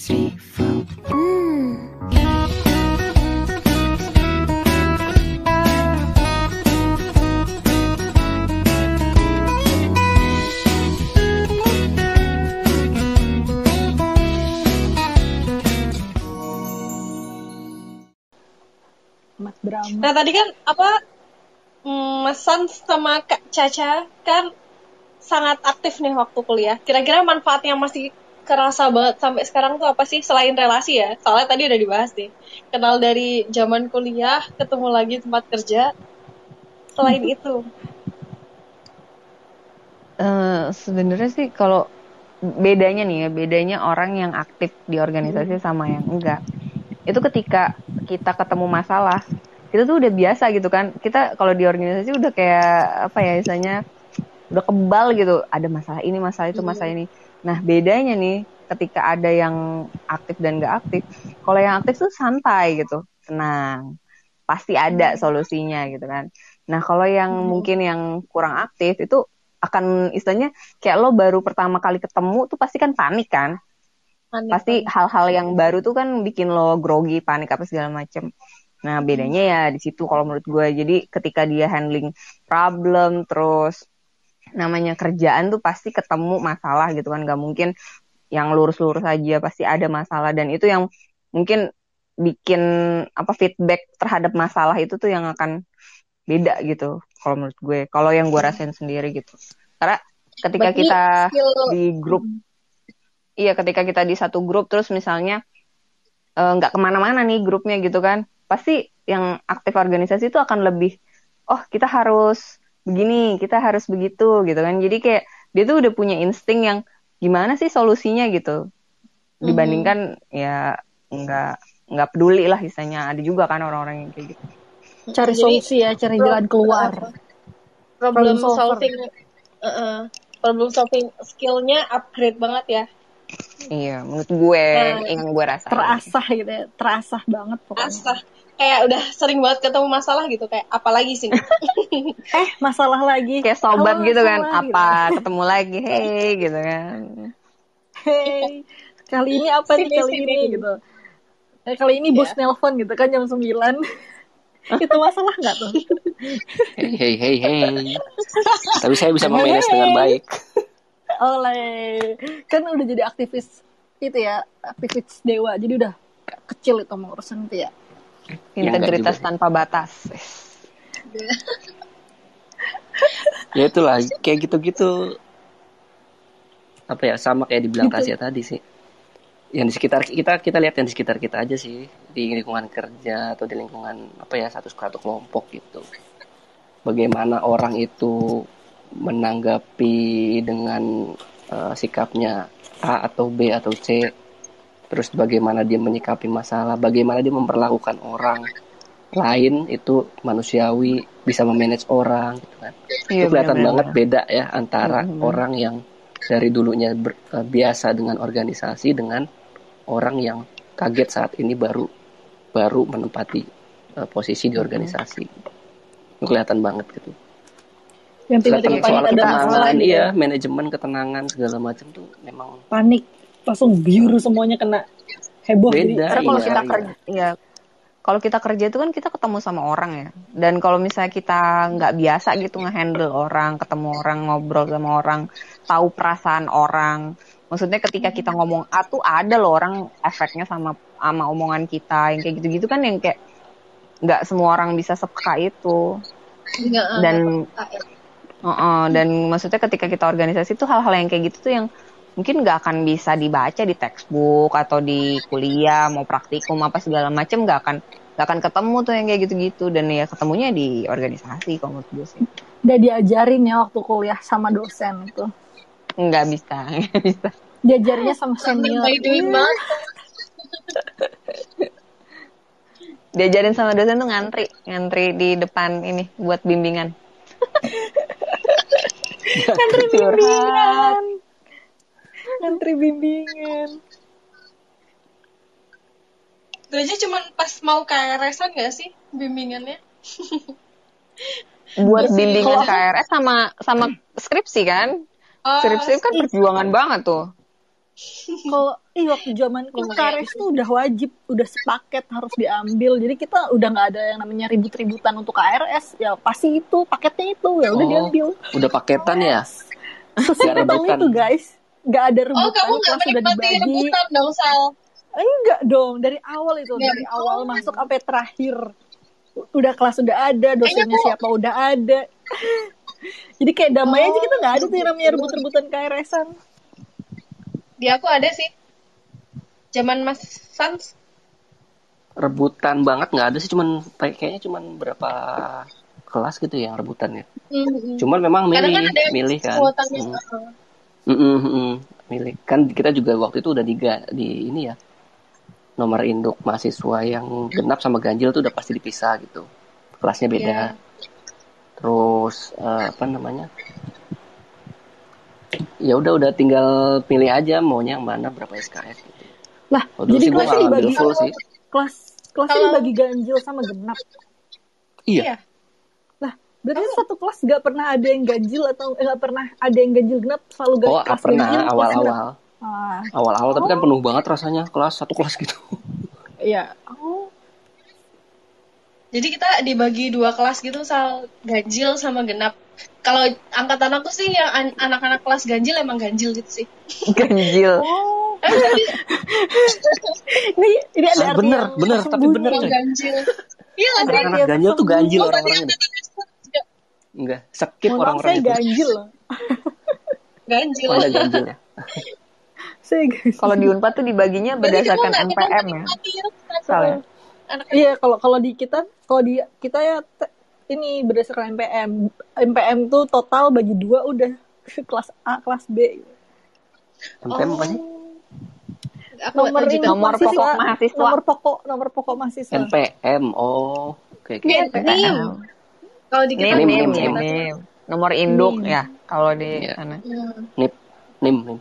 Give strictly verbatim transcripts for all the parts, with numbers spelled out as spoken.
three, four. Hmm. Mas drama. Nah tadi kan apa Mas San sama Kak Caca kan sangat aktif nih waktu kuliah. Kira-kira manfaat yang masih kerasa banget sampai sekarang tuh apa sih selain relasi ya? Soalnya tadi udah dibahas nih. Kenal dari zaman kuliah, ketemu lagi tempat kerja. Selain itu. Uh, sebenarnya sih kalau bedanya nih ya, bedanya orang yang aktif di organisasi hmm. sama yang enggak. Itu ketika kita ketemu masalah, kita tuh udah biasa gitu kan. Kita kalau di organisasi udah kayak apa ya misalnya udah kebal gitu. Ada masalah ini, masalah itu, masalah ini. Nah bedanya nih ketika ada yang aktif dan enggak aktif. Kalau yang aktif tuh santai gitu, tenang. Pasti ada solusinya gitu kan. Nah kalau yang hmm. mungkin yang kurang aktif itu akan istilahnya kayak lo baru pertama kali ketemu tuh pasti kan panik kan. Panik, pasti panik. Hal-hal yang baru tuh kan bikin lo grogi, panik apa segala macem. Nah bedanya ya di situ kalau menurut gue. Jadi ketika dia handling problem terus namanya kerjaan tuh pasti ketemu masalah gitu kan. Gak mungkin yang lurus-lurus aja, pasti ada masalah. Dan itu yang mungkin bikin apa feedback terhadap masalah itu tuh yang akan beda gitu kalau menurut gue. Kalau yang gue rasain sendiri gitu. Karena ketika Berarti kita skill... di grup iya ketika kita di satu grup terus misalnya nggak uh, kemana-mana nih grupnya gitu kan, pasti yang aktif organisasi itu akan lebih oh kita harus begini, kita harus begitu gitu kan. Jadi kayak dia tuh udah punya insting yang gimana sih solusinya gitu, dibandingkan mm-hmm. ya nggak nggak peduli lah istilahnya. Ada juga kan orang-orang yang kayak gitu, cari solusi ya, cari pro- jalan keluar, problem, problem solving uh-uh. problem solving skillnya upgrade banget ya. Iya, menurut gue nah, yang gue rasain terasah gitu ya, terasah banget pokoknya. Asah, kayak udah sering banget ketemu masalah gitu, kayak apalagi sih? eh masalah lagi, kayak sobat oh, gitu kan, gitu. Apa ketemu lagi, hey gitu kan. Hey, kali ini apa nih kali sini. ini gitu. Eh, kali ini bos yeah. nelpon gitu kan jam sembilan. Itu masalah nggak tuh? Hey hey hey hey. Tapi saya bisa memanage dengan baik. Oleh, kan udah jadi aktivis itu ya, aktivis dewa, jadi udah kecil itu mau urusan itu ya. Integritas ya, tanpa batas. Ya itulah, kayak gitu-gitu. Apa ya, sama kayak dibilang gitu. Tasya tadi sih. Yang di sekitar kita, kita lihat yang di sekitar kita aja sih, di lingkungan kerja atau di lingkungan apa ya satu satu kelompok gitu. Bagaimana orang itu menanggapi dengan uh, sikapnya A atau B atau C, terus bagaimana dia menyikapi masalah, bagaimana dia memperlakukan orang lain itu manusiawi, bisa memanage orang gitu kan. Iya, itu kelihatan bener-bener banget beda ya antara mm-hmm. orang yang dari dulunya ber, uh, biasa dengan organisasi dengan orang yang kaget saat ini baru baru menempati uh, posisi di organisasi. Mm-hmm. Itu kelihatan banget gitu. Yang tiba-tiba soal ada ketenangan, iya, manajemen ketenangan segala macam tuh memang panik, langsung biru semuanya kena heboh. Beda, jadi kalau iya, kita kerja, ya kalau kita kerja itu kan kita ketemu sama orang ya. Dan kalau misalnya kita nggak biasa gitu ngehandle orang, ketemu orang, ngobrol sama orang, tahu perasaan orang. Maksudnya ketika kita ngomong A tuh ada loh orang efeknya sama sama omongan kita yang kayak gitu-gitu kan, yang kayak nggak semua orang bisa sepeka itu. Dan Uh-uh, dan maksudnya ketika kita organisasi tuh hal-hal yang kayak gitu tuh yang mungkin nggak akan bisa dibaca di textbook atau di kuliah, mau praktikum apa segala macam nggak akan nggak akan ketemu tuh yang kayak gitu-gitu. Dan ya ketemunya di organisasi kalau menurut gue sih. Udah diajarin ya waktu kuliah sama dosen itu? Nggak bisa, nggak bisa. Diajarinnya sama senior. Diajarin sama dosen tuh ngantri, ngantri di depan ini buat bimbingan. Ngantri bimbingan. Ngantri bimbingan. Itu aja cuma pas mau K R S-an gak sih bimbingannya? Buat bimbingan K R S sama sama skripsi kan? Oh, skripsi kan perjuangan banget tuh. Kalau ih waktu zamanku K R S tuh udah wajib, udah sepaket harus diambil. Jadi kita udah nggak ada yang namanya ribut-ributan untuk K R S. Ya pasti itu paketnya itu ya udah Oh, diambil. udah paketan ya? Sesimpel rebutan. itu guys. Nggak ada Oh, rebutan, kamu nggak kelas udah menikmati dibagi. rebutan dong, Sal. Enggak dong, dari awal itu, Ya, dari awal oh. masuk sampai terakhir. Udah kelas udah ada, dosennya Kayaknya kok- siapa udah ada. Jadi kayak damai aja, kita nggak ada tuh yang namanya rebut-rebutan K R S-an. Di aku ada sih. Zaman Mas Sans. Rebutan banget nggak ada sih, cuman kayaknya cuman berapa kelas gitu yang rebutan ya. Mm-hmm. Cuman memang Kadang milih, kan ada yang milih kan. kuotanya. Hmm. uh, Mm-mm, mm-mm. Milih. Kan kita juga waktu itu udah di, di ini ya. Nomor induk mahasiswa yang genap sama ganjil tuh udah pasti dipisah gitu. Kelasnya beda. Iya. Terus eh, apa namanya? Ya udah udah tinggal pilih aja maunya yang mana, berapa S K S gitu. Lah, Oh, dulu jadi sih gue kelasnya nggak ambil dibagi full sih. kelas kelasnya Kalau- dibagi ganjil sama genap. Iya. Iya. Lah, berarti satu kelas nggak pernah ada yang ganjil atau eh, nggak pernah ada yang ganjil genap, selalu ganjil Oh, kelas pernah ganjil, kelas genap. awal-awal. Ah, Awal-awal tapi kan penuh banget rasanya, kelas satu kelas gitu. iya. Oh, Jadi kita dibagi dua kelas gitu, Sal, ganjil sama genap. Kalau angkatan aku sih yang an- anak-anak kelas ganjil emang ganjil gitu sih. Ganjil. oh. Eh, jadi Ini ini ada Ah, arti bener, yang bener, tapi tersembunyi. bener, emang coy. ganjil. Iya lah, Ada Anak-anak yang ganjil tuh ganjil oh, berarti orang-orangnya. angkatan aku juga Enggak, skip Mohon maaf, saya orang-orang itu. ganjil loh. ganjil. Oh, ada ganjil ya. Saya ganjil. Kalau di Unpad tuh dibaginya Berarti kamu berdasarkan nggak M P bisa M ya. menikmati ya, Soalnya. anak Iya, kalau kalau di kita, kalau di kita ya te- ini berdasarkan M P M. M P M tuh total bagi dua udah kelas A, kelas B. M P M apa sih? Aku Nomor nggak tahu ini juga. Nomor mahasiswa, pokok mahasiswa. Nomor pokok, nomor pokok mahasiswa. N P M. Oh, oke. oke. Nim, nim. Kalau di kita Nim, Nim, nim, nim, nim, nim. nim. Nomor induk Nim. ya kalau di Iya. sana. Hmm. Nip, nim, nim.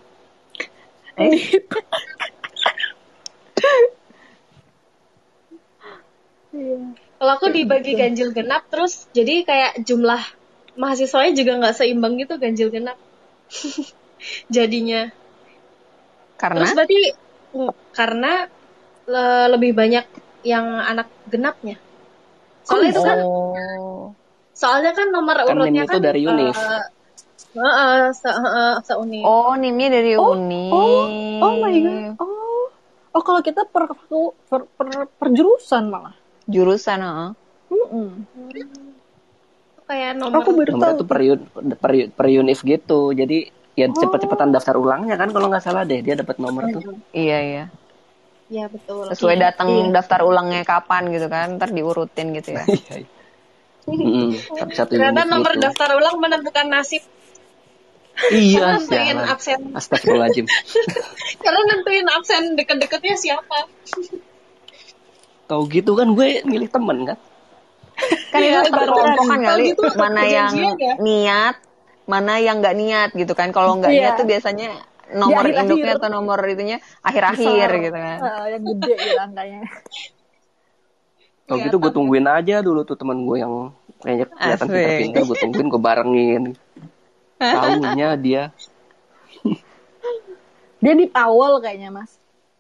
Iya. Kalau aku dibagi ganjil genap, terus jadi kayak jumlah mahasiswanya juga nggak seimbang gitu ganjil genap. Jadinya. Karena Terus berarti mm, karena le- lebih banyak yang anak genapnya. Soalnya itu kan, oh. soalnya kan nomor Kan urutnya NIM itu kan dari univ. eh, Heeh, se heeh, seuniv. Oh, nimnya dari Uni. Oh, oh my god. Oh, oh kalau kita per per, per, per jurusan malah. Jurusan, heeh. Mm-mm. Kayak nomor. Aku baru Nomornya tahu. tuh per, un- per, per univ gitu. Jadi ya cepet-cepetan daftar ulangnya kan kalau nggak salah deh, dia dapat nomor tuh. Iya, iya. Ya betul. Sesuai Iya. datang daftar ulangnya kapan gitu kan, ntar diurutin gitu ya. Iya. iya. Mm-mm, satu Ternyata univ nomor gitu. daftar ulang menentukan nasib. Iya, Nentuin sialan. absen. Astagfirullahaladzim. Karena nentuin absen deket-deketnya siapa. Tahu gitu kan gue milih temen kan. Kan itu Iya, terkelompokan kalau kali, gitu mana yang perjanjian ya. niat, mana yang nggak niat gitu kan. Kalau nggak Iya. niat tuh biasanya nomor akhir-akhir. induknya atau nomor itunya akhir-akhir Besar. gitu kan. Ah, yang gede gitu angkanya. Tahu gitu gue tungguin aja dulu tuh temen gue yang kayaknya kelihatan Asik. pintar-pintar, gue tungguin, gue barengin. Tahunya dia Dia di awal kayaknya, Mas.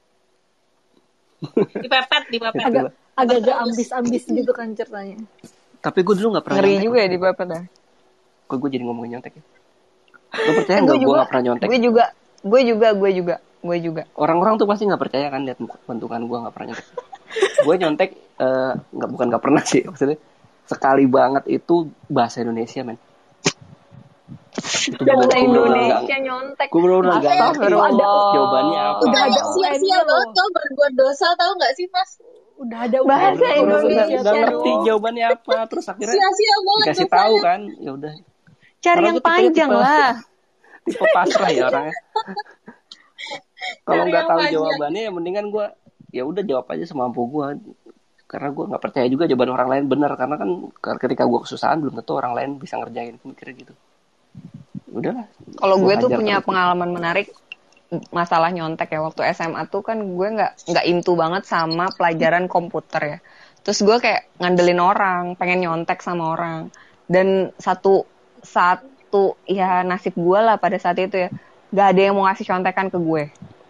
Dipepet, dipepet. Gitu Agak lah. agak-agak ambis-ambis gitu kan ceritanya. Tapi gue dulu nggak pernah Ngeri nyontek. juga ya di bapak dah. Kok gue jadi ngomongin nyontek ya? Lo percaya Eh, nggak gue gue juga, nggak pernah nyontek? gue juga, gue juga, gue juga, gue juga. Orang-orang tuh pasti nggak percaya kan lihat bentukan gue nggak pernah nyontek. Gue nyontek eh, nggak bukan nggak pernah sih, maksudnya sekali banget itu bahasa Indonesia men. Itu Bahasa bener-bener Indonesia nggak- nyontek. gue bener-bener nggak ngerti Astagfirullah. jawabannya apa. Udah ada Kayak sia-sia U N-nya banget loh. kalau berbuat dosa, tahu nggak sih Mas? Udah ada Bahasa U N-nya. Gue bener-bener nggak- Indonesia nggak ngerti dong. jawabannya apa, terus akhirnya Sia-sia banget dikasih dosanya. tahu kan, ya udah. Cari Karena yang gue tipenya panjang tipe- lah. Tipe pasrah ya orangnya. Kalau Cari nggak yang tahu panjang. jawabannya, ya mendingan gue ya udah jawab aja semampu gue. Karena gue nggak percaya juga jawaban orang lain benar, karena kan ketika gue kesusahan belum tentu orang lain bisa ngerjain, mikirnya gitu. Udahlah. Kalau gue tuh hajar punya terus. pengalaman menarik masalah nyontek ya. Waktu S M A tuh kan gue nggak nggak into banget sama pelajaran komputer ya. Terus gue kayak ngandelin orang, pengen nyontek sama orang. Dan satu satu ya nasib gue lah pada saat itu ya, nggak ada yang mau ngasih contekan ke gue.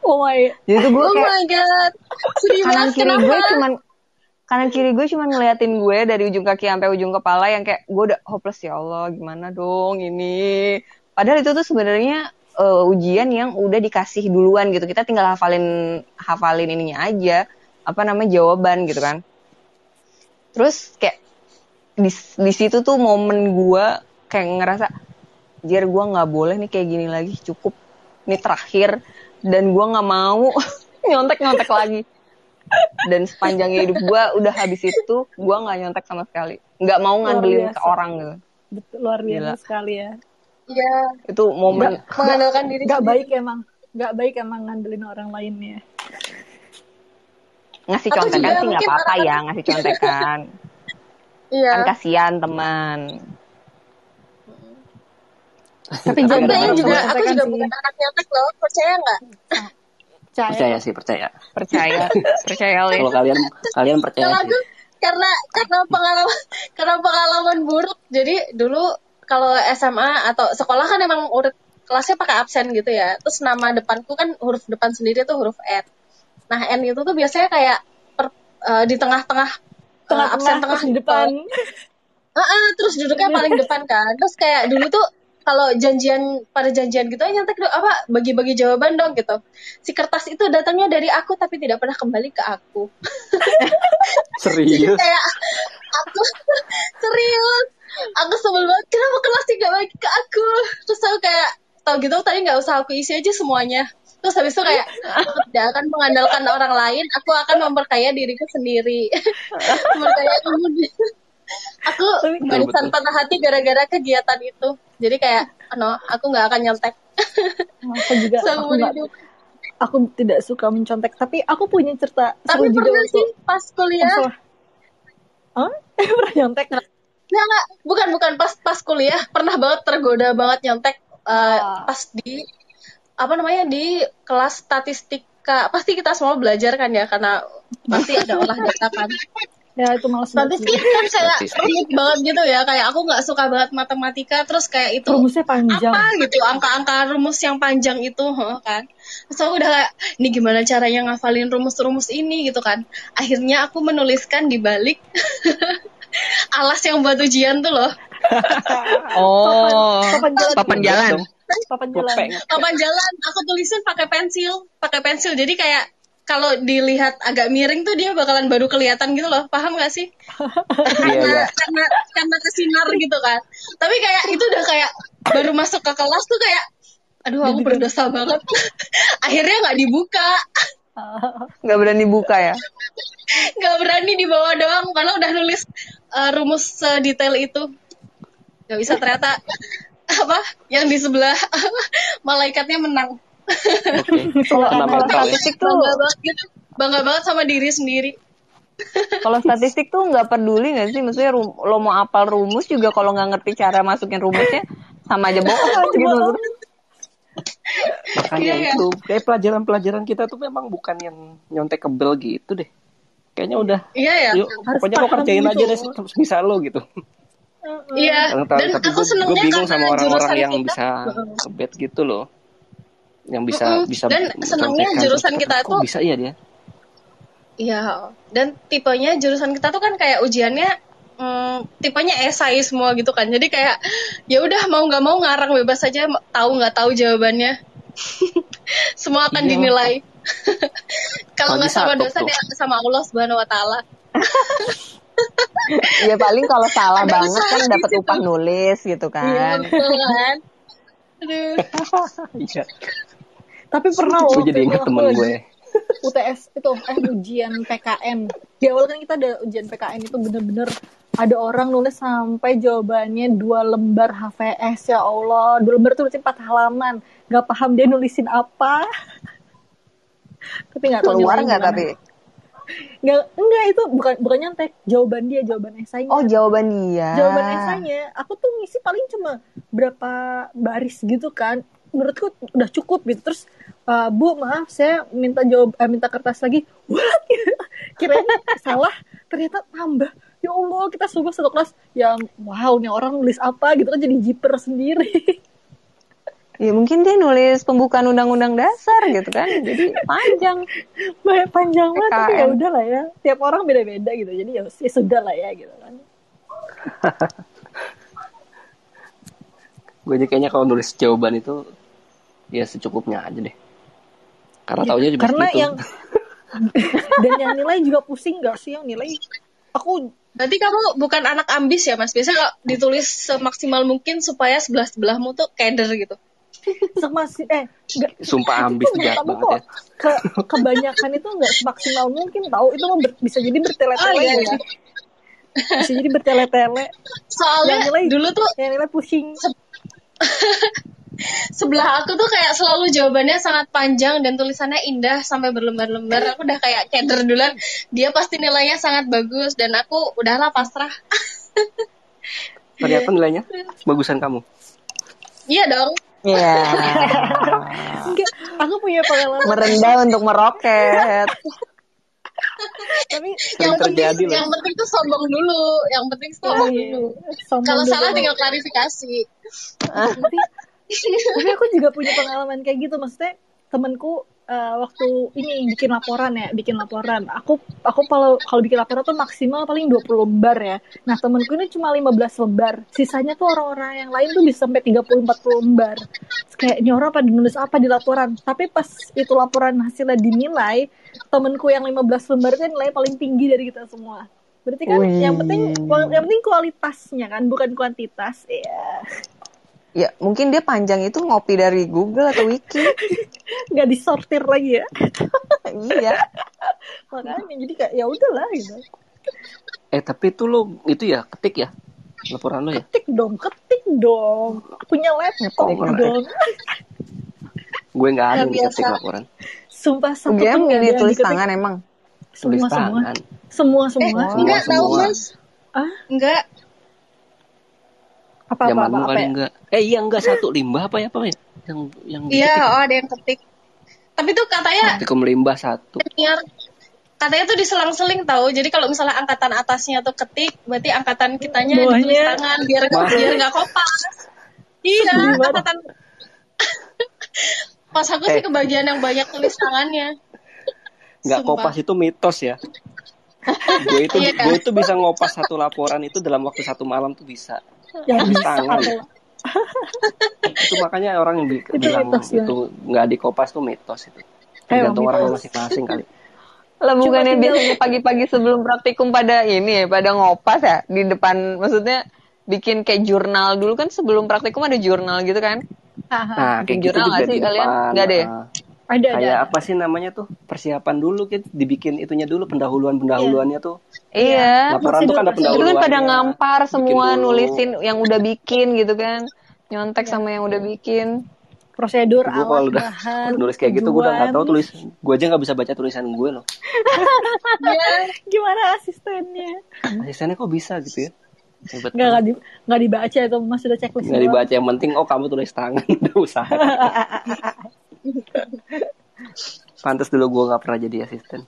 Oh my. Jadi tuh gue Oh kayak my god. Sedih kanan banget, kiri kenapa? gue cuman kanan kiri gue cuman ngeliatin gue dari ujung kaki sampai ujung kepala yang kayak gue udah hopeless, ya Allah gimana dong ini. Padahal itu tuh sebenarnya uh, ujian yang udah dikasih duluan gitu. Kita tinggal hafalin hafalin ininya aja, apa namanya, jawaban gitu kan. Terus kayak di di situ tuh momen gue kayak ngerasa, jir gue nggak boleh nih kayak gini lagi, cukup ini terakhir dan gue nggak mau nyontek nyontek lagi. Dan sepanjang hidup gue udah habis itu gue nggak nyontek sama sekali, nggak mau ngandelin ke orang gitu. Betul, luar biasa Gila. sekali ya. Iya, Itu momen mengandalkan diri Gak sendiri. baik emang, gak baik emang ngandelin orang lainnya. ngasih Atau contekan juga sih nggak mungkin apa-apa ya, orang-orang- ngasih contekan Iya. kan kasihan teman. Tapi Aku jangan kayaknya harus juga, sama aku contekan juga sih. bukan anak nyontek loh, percaya nggak? Percaya. Percaya sih, percaya. Percaya percaya Le. Kalau kalian kalian percaya Kalau sih. aku karena karena pengalaman karena pengalaman buruk. Jadi dulu kalau S M A atau sekolah kan emang urut kelasnya pakai absen gitu ya. Terus nama depanku kan huruf depan sendiri tuh huruf N. Nah N itu tuh biasanya kayak per- eh, di tengah-tengah eh, Tengah-tengah absen tengah terus di depan. Heeh, terus duduknya paling depan kan. Terus kayak dulu tuh kalau janjian pada janjian gitu aja nyontek dong, apa bagi-bagi jawaban dong gitu. Si kertas itu datangnya dari aku tapi tidak pernah kembali ke aku. Serius. Kayak aku serius. Aku sebel banget, kenapa kelas gak bagi ke aku? Terus aku kayak tau gitu tadi nggak usah aku isi aja semuanya. Terus habis itu kayak aku tidak akan mengandalkan orang lain, aku akan memperkaya diriku sendiri. Memperkaya kemudian. Aku Betul, barisan betul. patah hati gara-gara kegiatan itu. Jadi kayak, no, aku nggak akan nyontek. Aku juga, aku Seumur nggak, hidup. aku tidak suka mencontek. Tapi aku punya cerita Tapi seru juga pernah waktu sih pas kuliah. masalah. Hah? Pernah nyontek? Nggak, nggak. Bukan, bukan. Pas pas kuliah, pernah banget tergoda banget nyontek. eh, Ah. Pas di, apa namanya, di kelas statistika. Pasti kita semua belajar kan ya, karena pasti ada olah data kan. Ya itu males banget Statistik sih. kan kayak Statistik. rumit banget gitu ya. Kayak aku nggak suka banget matematika. Terus kayak itu Rumusnya panjang. apa gitu, angka-angka rumus yang panjang itu, huh, kan. Terus aku udah kayak, ini gimana caranya ngafalin rumus-rumus ini gitu kan. Akhirnya aku menuliskan di balik alas yang buat ujian tuh loh. Oh, Papan jalan. papan jalan. Papan jalan. Ngepeng. Papan jalan aku tulisin pakai pensil, pakai pensil. Jadi kayak kalau dilihat agak miring tuh dia bakalan baru kelihatan gitu loh. Paham gak sih? Iya, karena iya. karena karena kesinar gitu kan. Tapi kayak itu udah kayak baru masuk ke kelas tuh kayak, aduh aku berdosa banget. Akhirnya nggak dibuka, Nggak berani buka ya. nggak berani dibawa doang. Padahal udah nulis uh, rumus sedetail itu. Gak bisa ternyata apa yang di sebelah malaikatnya menang. Oke. Kalau Kena kalau mental ya. Statistik tuh, Bangga banget gitu. Bangga banget sama diri sendiri. kalau statistik tuh nggak peduli nggak sih? Maksudnya rum- lo mau apal rumus juga kalau nggak ngerti cara masukin rumusnya sama aja bohong gitu. Makanya Iya, iya. itu kayak pelajaran-pelajaran kita tuh memang bukan yang nyontekable gitu deh. Kayaknya udah. Iya ya. Yuk, pokoknya lo paham kerjain aja gitu. deh bisa lo gitu. Iya. Yang tahu, Dan tapi aku gue senengnya bingung karena sama orang-orang jurusan yang kita. bisa ngebet gitu loh. Yang bisa Mm-mm. bisa Dan senangnya mencontekkan. jurusan Terus kita kok tuh- bisa iya dia. Iya. Dan tipenya jurusan kita tuh kan kayak ujiannya hmm, tipenya esai semua gitu kan. Jadi kayak ya udah mau nggak mau ngarang bebas aja, tahu nggak tahu jawabannya. Semua akan Iya. dinilai. Kalau Apalagi nggak sama satu dosen tuh. ya sama Allah Subhanahu Wa Taala. Ya paling kalau salah Ada banget usaha kan di dapat situ. upah nulis gitu Iya kan. betul kan. Aduh. Iya. Tapi pernah loh Gue waktu jadi itu ingat aku temen lagi gue. U T S itu eh ujian P K N. Di awal kan kita ada ujian P K N itu bener-bener ada orang nulis sampai jawabannya dua lembar H V S, ya Allah. Dua lembar tuh berarti empat halaman. Gak paham dia nulisin apa. Tapi gak tahu Keluar nilainya nggak gimana. tapi? Nggak, enggak itu bukan bukan nyontek, jawaban dia, jawaban esainya. Oh jawaban dia. Jawaban esainya, aku tuh ngisi paling cuma berapa baris gitu kan. Menurutku udah cukup gitu. Terus uh, Bu maaf saya minta jawab eh, minta kertas lagi. What? Kirain salah, ternyata tambah. Ya Allah, kita semua satu kelas yang wow nih orang nulis apa gitu kan, jadi jiper sendiri. Ya mungkin dia nulis pembukaan undang-undang dasar gitu kan, jadi panjang. Banyak panjang banget, tapi ya P K M. udah lah ya. Tiap orang beda-beda gitu. Jadi ya, ya sudah lah ya gitu kan. Gue aja kayaknya kalau nulis jawaban itu ya secukupnya aja deh. Karena Ya, taunya juga karena segitu. yang dan yang nilai juga pusing gak sih yang nilai? Aku Berarti kamu bukan anak ambis ya, Mas? Biasanya kalau ditulis semaksimal mungkin supaya sebelah-sebelahmu tuh keder gitu. semasih eh nggak Sumpah ambis itu tuh jahat menurut aku banget ya. kok ke, kebanyakan itu nggak semaksimal mungkin tahu itu mah ber- bisa jadi Oh bertele-tele iya, nggak iya. sih? Bisa jadi bertele-tele Soalnya yang nilai dulu tuh yang nilai pusing. sebelah aku tuh kayak selalu jawabannya sangat panjang dan tulisannya indah sampai berlembar-lembar. Aku udah kayak keder duluan. Dia pasti nilainya sangat bagus dan aku udahlah pasrah. Ternyata nilainya bagusan kamu. Iya dong. Iya. Enggak, aku punya pengalaman Merendah untuk meroket. tapi Yang Sering penting, terjadi loh. yang penting tuh sombong dulu. Yang penting sombong dulu. sombong Kalau dulu. salah tinggal klarifikasi. tapi tapi aku juga punya pengalaman kayak gitu, maksudnya temenku eh, waktu ini bikin laporan ya bikin laporan aku aku kalau kalau bikin laporan tuh maksimal paling dua puluh lembar ya. Nah temenku ini cuma lima belas lembar, sisanya tuh orang-orang yang lain tuh bisa sampai tiga puluh empat puluh lembar. Terus kayak ini orang pada nulis apa di laporan, tapi pas itu laporan hasilnya dinilai, temenku yang lima belas lembar kan nilai paling tinggi dari kita semua. Berarti kan Wih. yang penting yang penting kualitasnya kan, bukan kuantitas ya. Ya mungkin dia panjang itu ngopi dari Google atau Wiki. Nggak disortir lagi ya. Iya. Makanya jadi kayak ya udahlah gitu. Eh tapi itu lo itu ya ketik ya laporan lo ya. Ketik dong, ketik dong. Punya laptop Oh, nggak. dong. Gue nggak ada Nggak nih biasa. ketik laporan. Sumpah satu U G M pun nggak ini ada tulis diketik. tangan emang. Tulis Semua semua. tangan. Semua Eh, semua. Semua, enggak tahu, semua. Mas. Ah, Enggak. apa apa Zaman apa, lu apa kali ya? enggak. Eh iya enggak satu limbah apa ya apa ya? Yang yang Iya, diketik. oh ada yang ketik. Tapi tuh katanya Ketik limbah satu. senior katanya tuh diselang-seling tahu. Jadi kalau misalnya angkatan atasnya tuh ketik, berarti angkatan kitanya Bawahnya. ditulis tangan biar Wah. biar nggak kopas. Iya, Sedih banget. angkatan. Pas aku sih Eh. kebagian yang banyak tulis tangannya. Nggak Sumpah. kopas itu mitos ya. gue itu Iya kan? gue itu bisa ngopas satu laporan itu dalam waktu satu malam tuh bisa. Ya Tulis bisa tangan. atau Itu makanya orang yang bil- Itu bilang mitos, ya. itu nggak dikopas tuh mitos itu. Tergantung Emang orangnya mitos. masing-masing kali. Lah bukannya tinggal- biasanya pagi-pagi sebelum praktikum pada ini ya, pada ngopas ya di depan, maksudnya bikin kayak jurnal dulu kan sebelum praktikum ada jurnal gitu kan? Nah, kayak Bikin gitu jurnal juga nggak sih di kalian? depan. Nggak ada ya? Nah, ada ada. kayak apa sih namanya tuh persiapan dulu kan dibikin itunya dulu pendahuluan pendahuluannya tuh. Iya. Laporan tuh kan ada Prosedur- Itu kan pada pendahuluannya. ngampar semua, Bikin dulu. nulisin yang udah bikin gitu kan, nyontek sama yang udah bikin. Prosedur, Gue kalau alat, udah bahan, nulis kayak gitu gue udah nggak tahu tujuan. tulis. Gue aja nggak bisa baca tulisan gue loh. Gimana asistennya? Asistennya kok bisa gitu ya? Hebat. Nggak nggak di, nggak dibaca itu, mas sudah checklist. Nggak doang. dibaca, yang penting oh kamu tulis tangan udah usaha. Pantes dulu gue nggak pernah jadi asisten.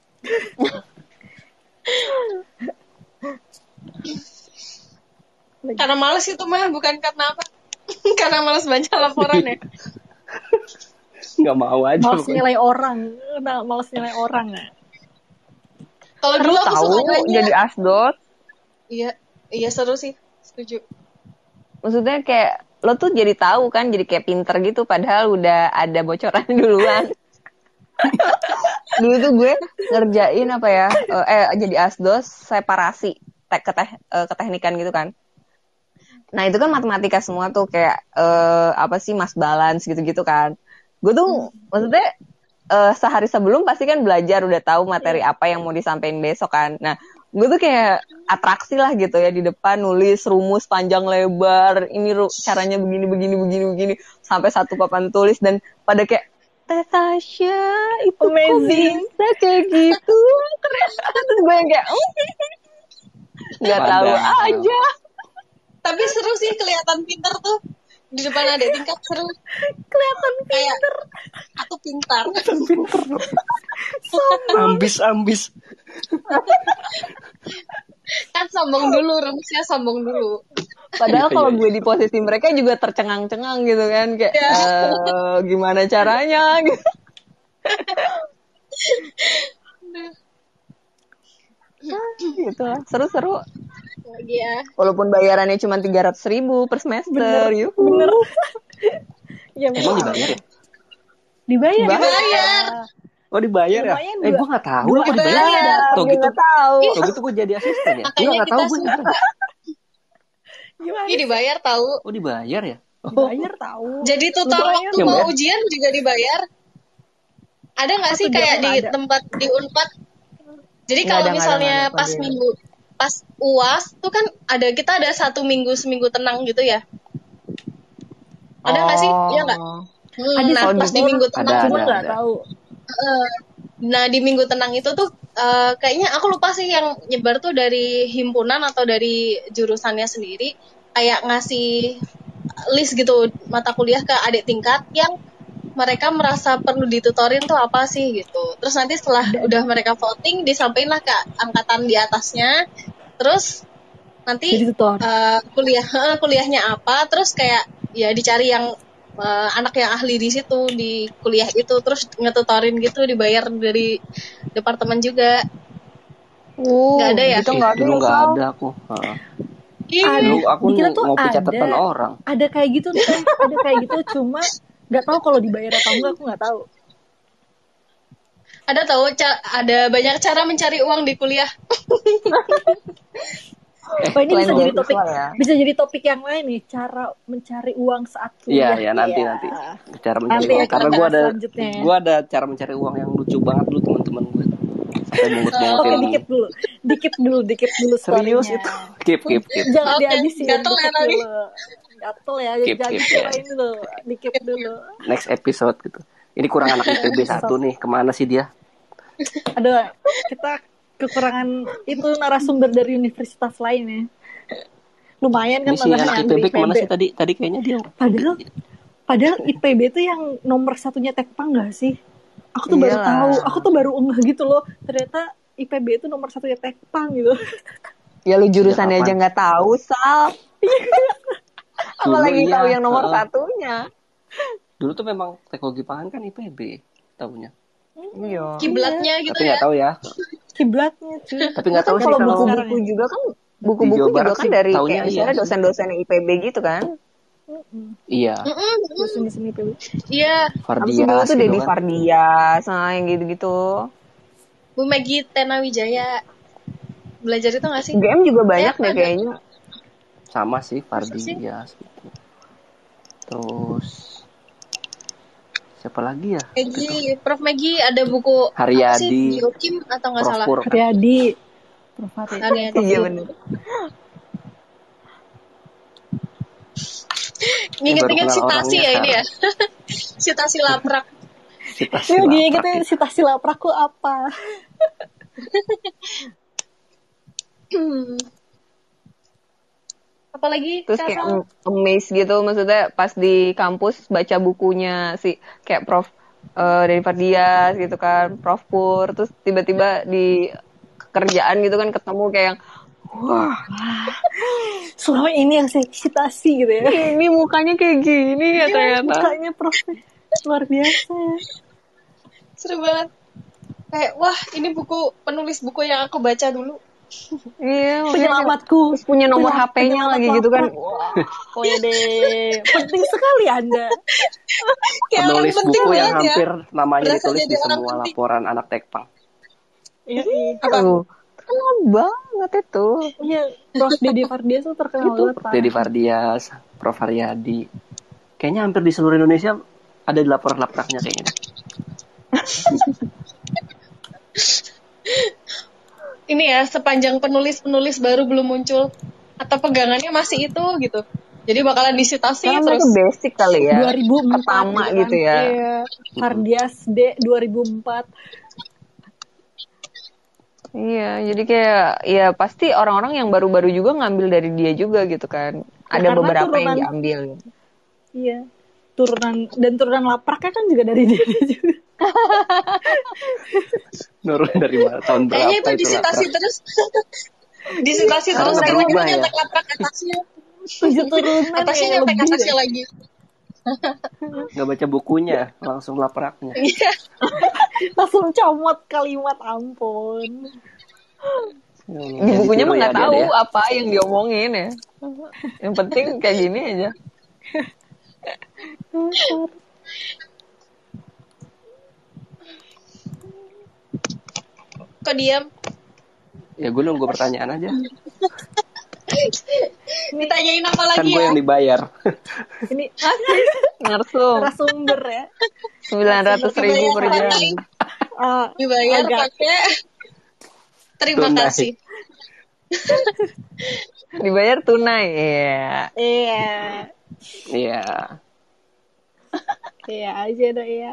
Karena males itu mah, bukan karena apa. Karena males baca laporan ya. Nggak mau aja. Males pokoknya. nilai orang, nah, males nilai orang ya. Kalau dulu aku Tahu suka nanya. jadi asdot. Iya, iya seru sih. Setuju. Maksudnya kayak lo tuh jadi tahu kan, jadi kayak pinter gitu padahal udah ada bocoran duluan. Dulu tuh gue ngerjain apa ya, eh, eh jadi asdos separasi te- ke teh- eh, keteknikan gitu kan. Nah itu kan matematika semua tuh kayak eh, apa sih mass balance gitu-gitu kan. Gue tuh maksudnya eh, sehari sebelum pasti kan belajar, udah tahu materi apa yang mau disampaikan besok kan. Nah gue tuh kayak atraksi lah gitu ya, di depan nulis rumus panjang lebar, ini ru- caranya begini begini begini begini sampai satu papan tulis, dan pada kayak Teh Tasya itu kok Amazing. bisa kayak gitu, keren. Terus gue yang kayak "Mm, nggak tahu Padahal. aja." Tapi seru sih, kelihatan pinter tuh. Di depan ada tingkat seru. Kelihatan Kayak aku pintar. Ambis ambis. Kan sombong dulu, rumusnya sombong dulu. Padahal Iya, kalau iya, gue di posisi mereka juga tercengang-cengang gitu kan, kayak Ya. eh, gimana caranya gitu. Gitu lah, seru-seru. Lagi ya. Walaupun bayarannya cuma tiga ratus ribu per semester, yuhu. Bener. Ya, Emang bener. dibayar ya? Dibayar. Dibayar. Oh dibayar ya? Lumayan, Eh dua- gue nggak tahu dua ya kok dibayar. dibayar. Tau Gue gitu, nggak tahu. tau gitu gue jadi asisten ya? Gue Makanya nggak tahu kita gue. suka. Gimana? Ih dibayar tahu. Oh dibayar ya? Oh, Dibayar tahu. Jadi tutor Lumayan. waktu Ya, mau Mbak. ujian juga dibayar. Ada nggak Oh, sih tujuannya kayak di nggak ada. tempat di Unpad? Jadi Nggak kalau ada, nggak ada, misalnya nggak ada. pas Kalau di- minggu pas uas tuh kan ada kita ada satu minggu seminggu tenang gitu ya. Ada nggak sih? Iya nggak? Oh. Hmm, Ada nah sih, pas di betul. minggu tenang Ada, Cuma ada. nggak tahu. eh, nah di minggu tenang itu tuh eh, kayaknya aku lupa sih yang nyebar tuh dari himpunan atau dari jurusannya sendiri kayak ngasih list gitu mata kuliah ke adik tingkat yang mereka merasa perlu ditutorin tuh apa sih gitu. Terus nanti setelah udah mereka voting disampaikan lah ke angkatan di atasnya. Terus nanti Jadi tutor. eh, kuliah eh, kuliahnya apa terus kayak ya dicari yang eh, anak yang ahli di situ di kuliah itu terus ngetutorin gitu dibayar dari departemen juga. Uh, Nggak ada ya? Gitu Ih, nggak ada dulu ya, nggak Sal? ada aku. Heeh. Ih, Dulu aku Dikira tuh ngopi ada. catatan orang. Ada kayak gitu tuh, ada kayak gitu, cuma nggak tahu kalau dibayar atau enggak, aku nggak tahu. ada tahu ca- ada banyak cara mencari uang di kuliah. Oh, ini Selain bisa jadi beasiswa topik, ya. bisa jadi topik yang lain nih, cara mencari uang saat Iya, kuliah. ya nanti Iya. nanti cara mencari Nanti uang. ya, Karena kita gue bahas ada selanjutnya ya. gue ada cara mencari uang yang lucu banget dulu teman-teman gue. Sampai Oke, bungut-bungutin. dikit dulu, dikit dulu, dikit dulu Serius story-nya. itu. Keep keep keep. Jangan Oke, dihabisin, gatel ya dikit tadi. dulu. Gatel ya, Keep, jangan keep, dicerain dulu, dikit dulu. Next episode gitu. Ini kurang anak I P B satu nih. Kemana sih dia? Aduh, kita kekurangan itu narasumber dari universitas lain ya. Lumayan kan Ini si malahan anak yang I P B dari kemana I P B. sih tadi? Tadi kayaknya dia. Padahal padahal I P B itu yang nomor satunya Tekpang gak sih? Aku tuh baru Iyalah. tahu, aku tuh baru ngeh gitu loh. Ternyata I P B itu nomor satunya Tekpang gitu. Ya lu jurusannya Sejak aja kapan? nggak tahu, Sal. Apalagi Dulu tahu iya, yang nomor heeh. satunya. Dulu tuh memang teknologi pangan kan I P B tahunya. Iya. Kiblatnya gitu Tapi ya. nggak tahu ya. Kiblatnya cuy. Tapi nggak tahu sih Kalau kalau buku-buku juga kan buku-buku Di Jawa juga Barat kan sih dari taunya kayak misalnya iya. dosen-dosen I P B gitu kan. iya. Mm-mm. Dosen di sini I P B. Iya, Apa sih dulu Fardias tuh gitu Dedi kan. Fardias, nah yang gitu-gitu. Bu Megi Tena Wijaya belajar itu nggak sih? G M juga banyak Ya, deh ada. kayaknya. Sama sih Masa sih? Fardias gitu. Terus siapa lagi ya? Megi, Prof Megi ada buku apa sih? Haryadi, Biokim atau nggak Prof salah? Pur kan. Haryadi. Prof Haryadi. Haryadi. Iya bener. Nginget-nginget Baru kenal sitasi orangnya ya ini ya. sekarang. Sitasi laprak. Sitasi Ini lagi laprak gitu itu. sitasi laprakku apa? Hmm. Apalagi Terus Kak kayak Sal? am- amazed gitu, maksudnya pas di kampus baca bukunya si kayak Prof eh, dari Fardias gitu kan, Prof Pur, terus tiba-tiba di kerjaan gitu kan ketemu kayak yang wah Selama ini yang saya citasi gitu ya. ini mukanya kayak gini ya ternyata. Mukanya Prof luar biasa. Seru banget. Kayak wah ini buku penulis buku yang aku baca dulu. Iya, maksudnya Penyelamatku. terus punya nomor Penyel- H P-nya penyelamat lagi gitu kan. laprak. Oh ya deh, penting sekali Anda. Kayak orang Penulis penting buku yang banget ya. hampir namanya Berasa ditulis jadi di orang semua penting. laporan anak Tekpang. Iya, iya. Apa? Tuh, terkenal banget itu. Iya, Prof Dedi Fardias tuh terkenal Itu banget. Pak. Dedi Fardias, Prof Haryadi. Kayaknya hampir di seluruh Indonesia ada di laporan lapraknya kayaknya. Ini ya sepanjang penulis-penulis baru belum muncul atau pegangannya masih itu gitu. Jadi bakalan disitasi Karena terus. mereka basic kali ya. dua ribu empat Pertama kan. gitu ya. Iya, Fardias D dua ribu empat. Iya, jadi kayak ya pasti orang-orang yang baru-baru juga ngambil dari dia juga gitu kan. Ada karena beberapa yang turunan- diambil. Iya. Turunan dan turunan lapraknya kan juga dari dia juga. Nurun dari mana? Tahun berapa Kayaknya itu itu disitasi laprak? terus. disitasi Karena terus nggak karena kita berubah ya. nyetek laprak atasnya. Tujuh turunan Atasnya kayak nyampe ke lebih atasnya deh. lagi. Nggak baca bukunya, langsung lapraknya. Iya. Langsung comot kalimat, ampun. Di bukunya mah nggak tahu apa yang diomongin ya. Yang penting kayak gini aja. Kok diam? Ya gue nunggu pertanyaan aja. Ditanyain apa Kan lagi gue ya? yang dibayar. Ini Narsum narasumber ya. sembilan ratus ribu per jam. Ah, Dibayar agak- pakai terima Tunai. kasih. Dibayar tunai. Iya. Iya. Iya. Iya aja dah ya.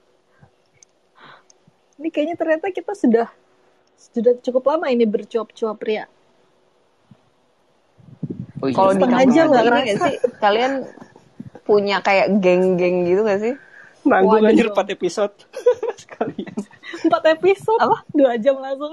Ini kayaknya ternyata kita sudah sudah cukup lama ini bercuap-cuap Ria. Oh, iya. Kalau di Setengah kampus jam ini nggak nggak kerasa. sih kalian punya kayak geng-geng gitu nggak sih? nanggung Waduh. anjir empat episode sekalian. Empat episode. Apa? Dua jam langsung.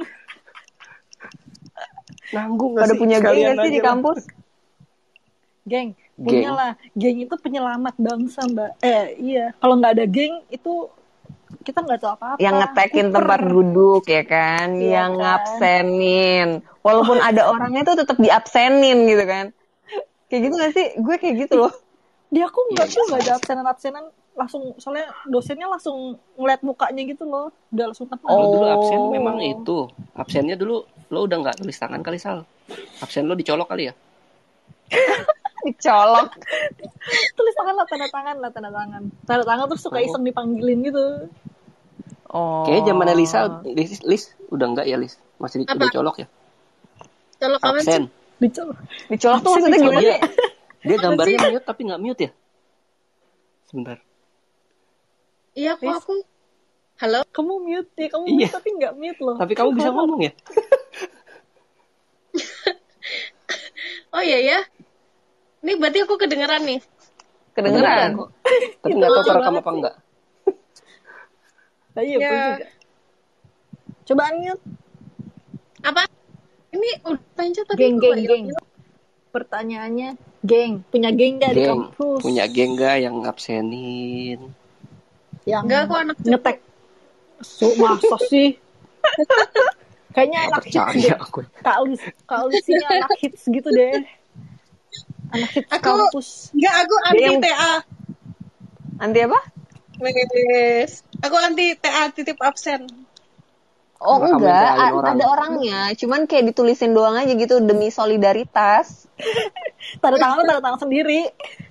Nanggung nggak Pada sih? punya geng Sekalian nggak sih aja di lah. kampus? Geng, punya Geng. lah. Geng itu penyelamat bangsa mbak. Eh iya. Kalau nggak ada geng itu kita nggak tahu apa-apa. Yang ngetekin Kuper. tempat duduk ya kan, Iya yang kan. ngabsenin. Walaupun ada orangnya tuh tetap diabsenin gitu kan. Kayak gitu gak sih? Gue kayak gitu loh. Dia aku nggak Iya, tuh iya. nggak ada absenan-absenan langsung, soalnya dosennya langsung ngeliat mukanya gitu loh, udah langsung tenang. Lo dulu Oh. absen memang itu. Absennya dulu lo udah nggak tulis tangan kali Sal. Absen lo dicolok kali ya? Dicolok. Tulis tangan lah, tanda tangan lah, tanda tangan. Tanda tangan terus suka Oh. iseng dipanggilin gitu. Oh. Kayaknya zaman Elisa, Lis, Lis udah enggak ya Lis? Masih di, Apa? udah colok ya? Colok apa sih? Absen. Dicolok. Dicolok tuh Absen maksudnya dicolok. gimana? Dia, dia gambarnya mute tapi nggak mute ya? Sebentar. Iya, kok aku. Halo? Kamu mute ya, kamu Iya. mute tapi nggak mute loh. Tapi kamu bisa ngomong ya? Oh iya ya. Ini berarti aku kedengeran nih. Kedengeran. kok. Tapi nggak tahu lucu terekam banget apa sih. enggak. Nah, iya, Ya. aku juga. Coba unmute. Apa? Ini udah lanjut tapi Geng, kok geng, nggak geng. hilang-hilang? Pertanyaannya, geng, punya geng nggak di Geng, kampus? punya geng nggak yang ngabsenin? Yang Enggak, aku anak ngetek. So, masa sih? Kayaknya anak hits deh. Percaya aku. Kak Lis, Kak Lis ini anak hits gitu deh. Anak hits Aku- kampus. Enggak, aku anti Yang- T A. Anti apa? Wes. Aku anti T A titip absen. Oh Sama kamu enggak, yang a- tain orang. ada orangnya. Cuman kayak ditulisin doang aja gitu demi solidaritas. Tanda tangan, tanda tangan sendiri.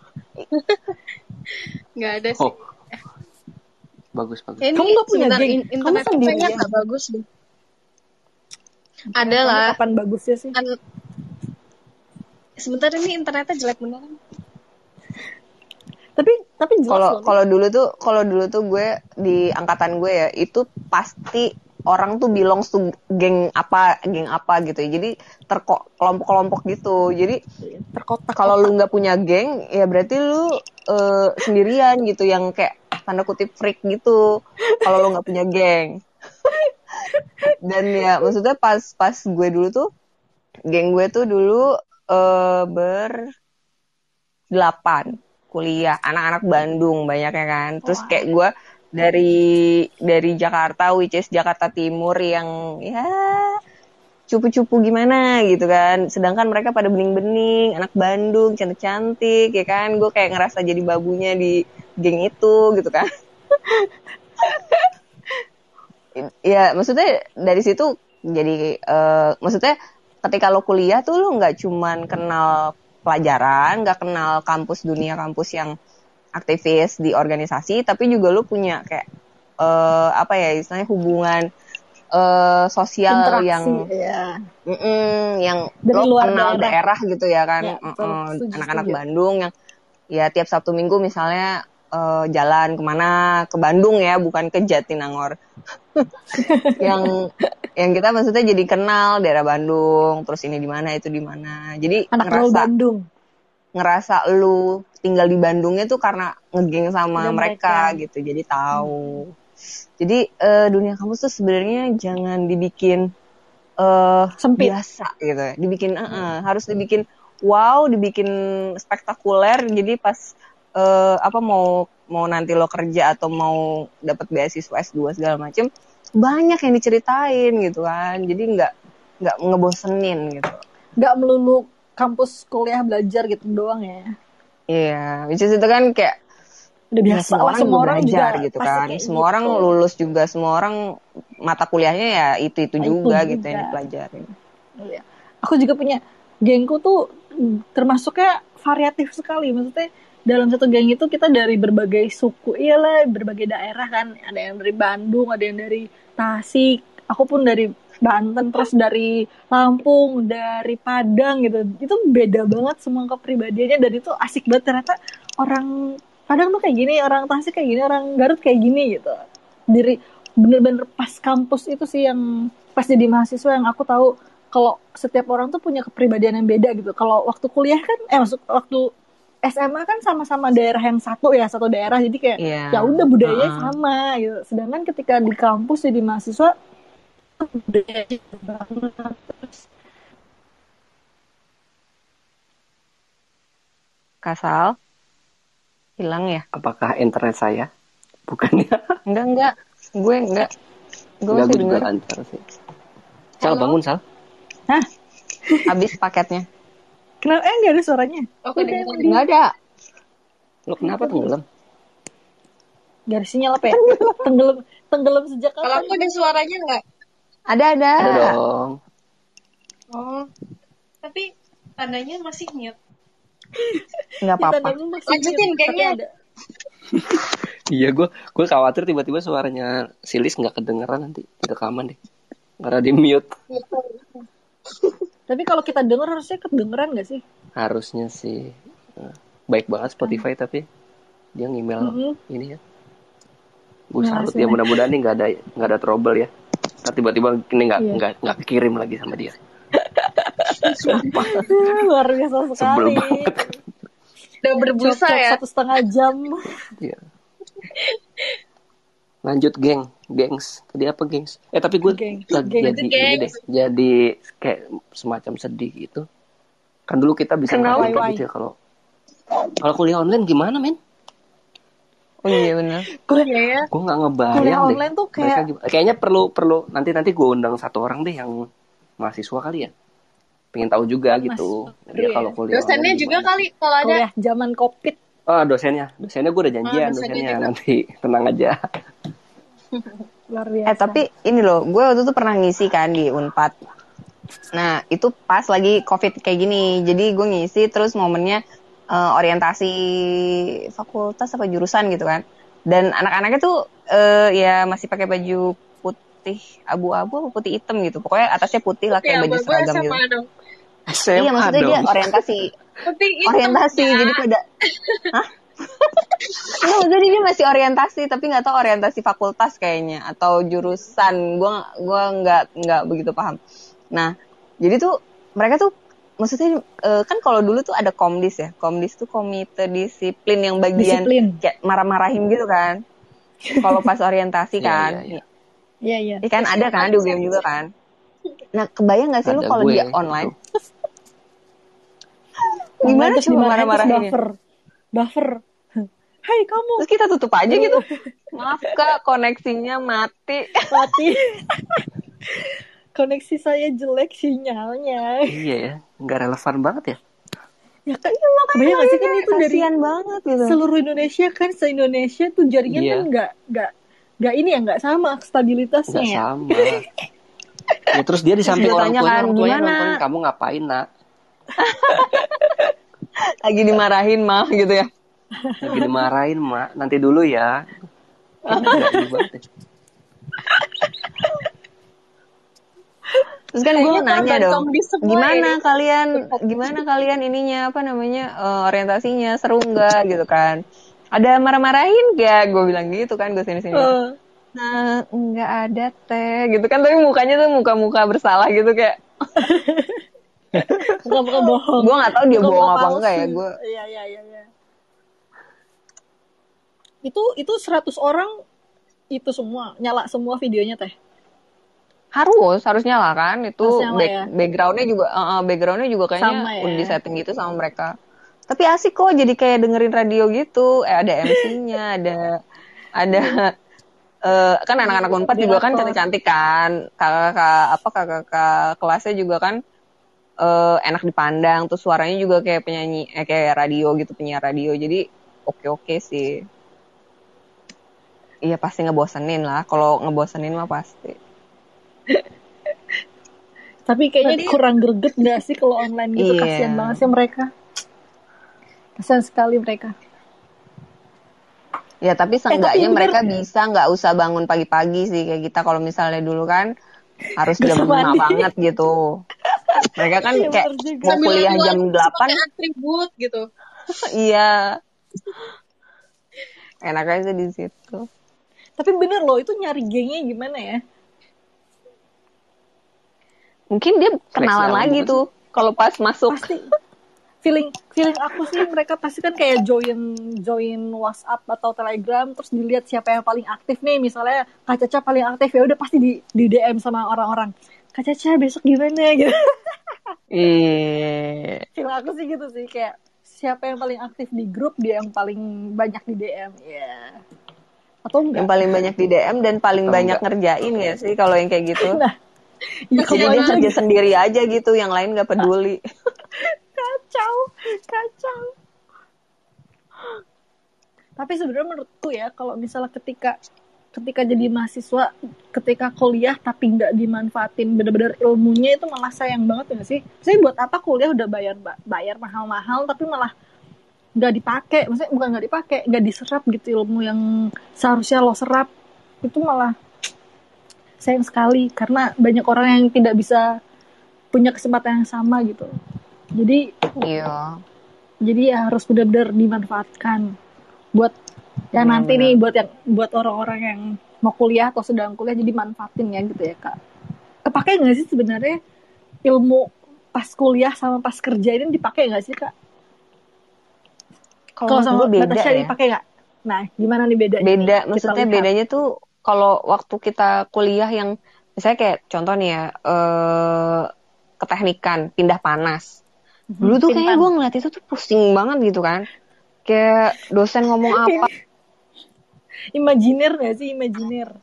Enggak ada sih. Oh. Bagus, bagus. Ini Kamu nggak punya sebentar, geng? in- Kamu internet sendirian? kayaknya nggak bagus deh. Ada Kamu lah. Kapan bagusnya sih? Kan sebentar ini internetnya jelek beneran. Tapi tapi jelas Kalau loh. kalau dulu tuh kalau dulu tuh gue di angkatan gue ya itu pasti orang tuh bilang tuh geng apa geng apa gitu ya. Jadi terko kelompok-kelompok gitu. Jadi terkotak. kalau lu nggak punya geng ya berarti lu eh, sendirian gitu yang kayak tanda kutip freak gitu. Kalau lu nggak punya geng. Dan ya maksudnya pas pas gue dulu tuh geng gue tuh dulu eh, ber delapan kuliah anak-anak Bandung banyaknya kan. Terus kayak gue dari dari Jakarta, which is Jakarta Timur yang ya cupu-cupu gimana gitu kan. Sedangkan mereka pada bening-bening, anak Bandung, cantik-cantik ya kan. Gue kayak ngerasa jadi babunya di geng itu gitu kan. Ya maksudnya dari situ jadi eh, maksudnya ketika lo kuliah tuh lo nggak cuman kenal pelajaran, nggak kenal kampus dunia kampus yang aktivis di organisasi, tapi juga lo punya kayak eh, apa ya istilahnya hubungan eh, sosial Interaksi, yang ya. mm-mm, yang Dari lo luar kenal daerah. daerah gitu ya kan. Ya, betul. Mm-mm, Setuju, anak-anak setuju. Bandung yang ya tiap Sabtu Minggu misalnya eh, jalan kemana ke Bandung ya bukan ke Jatinangor yang yang kita maksudnya jadi kenal daerah Bandung terus ini di mana itu di mana jadi Anak Raul ngerasa Bandung. ngerasa lu tinggal di Bandungnya tuh karena ngegeng sama Dan mereka, mereka. gitu jadi tahu jadi eh, dunia kampus tuh sebenarnya jangan dibikin eh Sempit. biasa gitu ya dibikin eh, eh, harus dibikin wow, dibikin spektakuler. Jadi pas uh, apa mau mau nanti lo kerja atau mau dapat beasiswa S dua segala macem, banyak yang diceritain gitu kan. Jadi nggak nggak ngebosenin gitu. Nggak melulu kampus kuliah belajar gitu doang ya. Iya, which is itu kan kayak Udah ya, biasa semua lah, orang semua juga orang belajar juga gitu pasti kan. kayak Semua gitu. orang lulus juga, semua orang mata kuliahnya ya itu itu Nah, itu juga gitu juga. yang dipelajarin. Iya. Aku juga punya gengku tuh termasuknya variatif sekali. Maksudnya dalam satu geng itu kita dari berbagai suku, iyalah berbagai daerah kan. Ada yang dari Bandung, ada yang dari Tasik. Aku pun dari Banten, terus dari Lampung, dari Padang gitu. Itu beda banget semua kepribadiannya dan itu asik banget. Ternyata orang Padang tuh kayak gini, orang Tasik kayak gini, orang Garut kayak gini gitu. Dari bener-bener pas kampus itu sih yang pas jadi mahasiswa yang aku tahu kalau setiap orang tuh punya kepribadian yang beda gitu. Kalau waktu kuliah kan, eh maksud waktu S M A kan sama-sama daerah yang satu ya, satu daerah. Jadi kayak Iya. ya udah budayanya Uh-uh. sama gitu. Sedangkan ketika di kampus jadi mahasiswa budayanya banget. Terus Kasal hilang ya? Apakah internet saya? Bukan ya? Enggak enggak, gue enggak. Gue Enggak, masih gue juga denger. lancar sih. Sal, bangun Sal. hah? Habis paketnya. Kenapa eh nggak ada suaranya? Oke, Udah, deh, emang deh. dia Enggak ada. Lo kenapa tenggelam? nggak ada sinyal apa ya? Tenggelam tenggelam sejak Kalau kapan? aku ada suaranya nggak? Ada ada. Ada dong. Oh, tapi tandanya masih mute. Enggak Ya, apa-apa. tandanya masih Lanjutin, mute, tapi gengnya. ada. Iya, gue gue khawatir tiba-tiba suaranya Silis nggak kedengeran nanti di rekaman deh. Karena di mute. Tapi kalau kita denger harusnya kedengeran nggak sih? Harusnya sih. Nah, baik banget Spotify tapi dia ngemail Mhm. ini ya. Gue Nah, salut ya, mudah-mudahan nih nggak ada nggak ada trouble ya. Ntar tiba-tiba ini nggak Iya. nggak nggak kirim lagi sama dia. Luar biasa Sebel sekali. banget. Udah berbusa Cop-cop ya. satu setengah jam. Iya. Lanjut geng, gengs. Tadi apa gengs? Eh tapi gue Geng. lagi Geng. jadi ini deh, jadi kayak semacam sedih gitu. Kan dulu kita bisa Kenapa? ngerasain kayak gitu ya kalau kalau kuliah online gimana men? Oh iya benar. Kuliah, Gue nggak ngebayang kuliah deh. online tuh Mereka kayak gimana. Kayaknya perlu perlu nanti nanti gue undang satu orang deh yang mahasiswa kali ya. Pengen tahu juga Mas, gitu. baru Dia ya. kalau kuliah Dosennya online juga gimana kali sih? kalau ada. kuliah zaman covid. Oh dosennya, dosennya gue udah janjian Ah, dosennya dosennya juga. nanti tenang aja. Luar biasa. Eh tapi ini loh, gue waktu itu pernah ngisi kan di Unpad. Nah itu pas lagi COVID kayak gini, jadi gue ngisi terus momennya eh, orientasi fakultas apa jurusan gitu kan. Dan anak-anaknya tuh eh, ya masih pakai baju putih abu-abu apa putih hitam gitu. Pokoknya atasnya putih lah kayak Ya, baju gue seragam gitu. S M A dong. S M A Iya maksudnya dong. dia orientasi, Putih hitam. orientasi ya. jadi pada, hah? Nggak, maksudnya dia masih orientasi tapi nggak tahu orientasi fakultas kayaknya atau jurusan. Gue gua nggak nggak begitu paham. Nah jadi tuh mereka tuh maksudnya eh, kan kalau dulu tuh ada komdis ya, komdis tuh komite disiplin yang bagian Disiplin. kayak marah-marahin gitu kan. Kalau pas orientasi Iya, kan, iya, iya. Iya, iya. ya kan ada kan di U G M juga kan. Nah kebayang nggak sih lu Ada kalau gue dia itu. online? Gimana Terus coba dimarahin, terus marah-marahinnya? buffer. Buffer. Hai kamu, Terus kita tutup aja gitu. Maaf kak, koneksinya mati. mati. Koneksi saya jelek sinyalnya. Iya ya, nggak relevan banget ya. Ya kan, kebayang gak sih kan itu dari Kasian banget gitu. seluruh Indonesia kan, se-Indonesia tuh jaringan Iya. kan nggak nggak nggak ini ya, nggak sama stabilitasnya Nggak ya. sama. Ya terus dia di samping dia orang tanya tuanya, kan, orang tuanya gimana? nonton kamu ngapain nak? Lagi dimarahin mah gitu ya. Lagi dimarahin mak, nanti dulu ya. Kayaknya nggak ini banget ya. Terus kan gue Kayaknya nanya korban dong, komdis semua gimana ini. kalian, gimana kalian ininya apa namanya eh, orientasinya seru nggak gitu kan? Ada marah-marahin gak? Gue bilang gitu kan, gue sini-sini. Eh, Nah, nggak ada teh, gitu kan? Tapi mukanya tuh muka-muka bersalah gitu kayak. bukan-bukan bohong. Gue nggak tahu dia Bukan bohong palsu. apa enggak ya. Gue Iya, iya, iya, iya. Itu itu seratus orang itu semua nyala semua videonya teh. Harus, harusnya lah kan. Itu Harusnya lah back, ya. backgroundnya juga, uh, uh, backgroundnya juga kayaknya Sama ya. udah di setting gitu sama mereka. Tapi asik kok, jadi kayak dengerin radio gitu. Eh, ada M C-nya, ada ada eh, kan anak-anak Unpad juga kan Moderator. cantik-cantik kan. Kakak-kakak apa kakak-kakak kelasnya juga kan eh, enak dipandang. Terus suaranya juga kayak penyanyi, eh, kayak radio gitu, penyiar radio. Jadi oke-oke sih. Iya pasti ngebosenin lah. Kalau ngebosenin mah pasti. Tapi kayaknya Berarti- kurang greget gak sih kalau online gitu? Iya. Kasian banget sih mereka. Kasian sekali mereka. Ya tapi seenggaknya bener. mereka bisa nggak usah bangun pagi-pagi sih kayak kita kalau misalnya dulu kan harus jam Bisa lima mandi. banget gitu. Mereka kan Iya, kayak bener juga. mau kuliah jam delapan, pakai atribut gitu. iya. Enak aja di situ. Tapi bener loh, itu nyari gengnya gimana ya? Mungkin dia kenalan alam lagi bukan tuh kalau pas masuk. Pasti feeling feeling aku sih mereka pasti kan kayak join join WhatsApp atau Telegram terus dilihat siapa yang paling aktif nih, misalnya Kak Caca paling aktif, ya udah pasti di di D M sama orang-orang, Kak Caca besok gimana gitu. Iya. Feeling aku sih gitu sih, kayak siapa yang paling aktif di grup dia yang paling banyak di D M ya. Atau enggak? Yang paling banyak di D M dan paling Atau banyak enggak. ngerjain ya sih kalau yang kayak gitu. Nah, ya Jadi kemana dia kerja gitu. sendiri aja gitu, yang lain nggak peduli. Kacau, kacau. Tapi sebenarnya menurutku ya, kalau misalnya ketika ketika jadi mahasiswa, ketika kuliah tapi nggak dimanfaatin bener-bener ilmunya, itu malah sayang banget ya sih. Saya buat apa kuliah udah bayar bayar mahal-mahal tapi malah nggak dipakai, maksudnya bukan nggak dipakai, nggak diserap gitu ilmu yang seharusnya lo serap, itu malah sayang sekali karena banyak orang yang tidak bisa punya kesempatan yang sama gitu. Jadi Iya. jadi ya harus benar-benar dimanfaatkan buat ya nanti nih, buat yang buat orang-orang yang mau kuliah atau sedang kuliah, jadi manfaatin ya gitu ya Kak. Kepakai nggak sih sebenarnya ilmu pas kuliah sama pas kerja ini, dipakai nggak sih Kak? Kalau sama gue beda Natasha ya. dipakai nggak? Nah gimana nih bedanya? Beda, nih? Kita maksudnya lihat. bedanya tuh kalau waktu kita kuliah yang misalnya kayak contoh nih ya, eh keteknikan pindah panas. Dulu tuh kayaknya gue ngeliat itu tuh pusing banget gitu kan. Kayak dosen ngomong apa. Imajiner nggak sih, imajiner?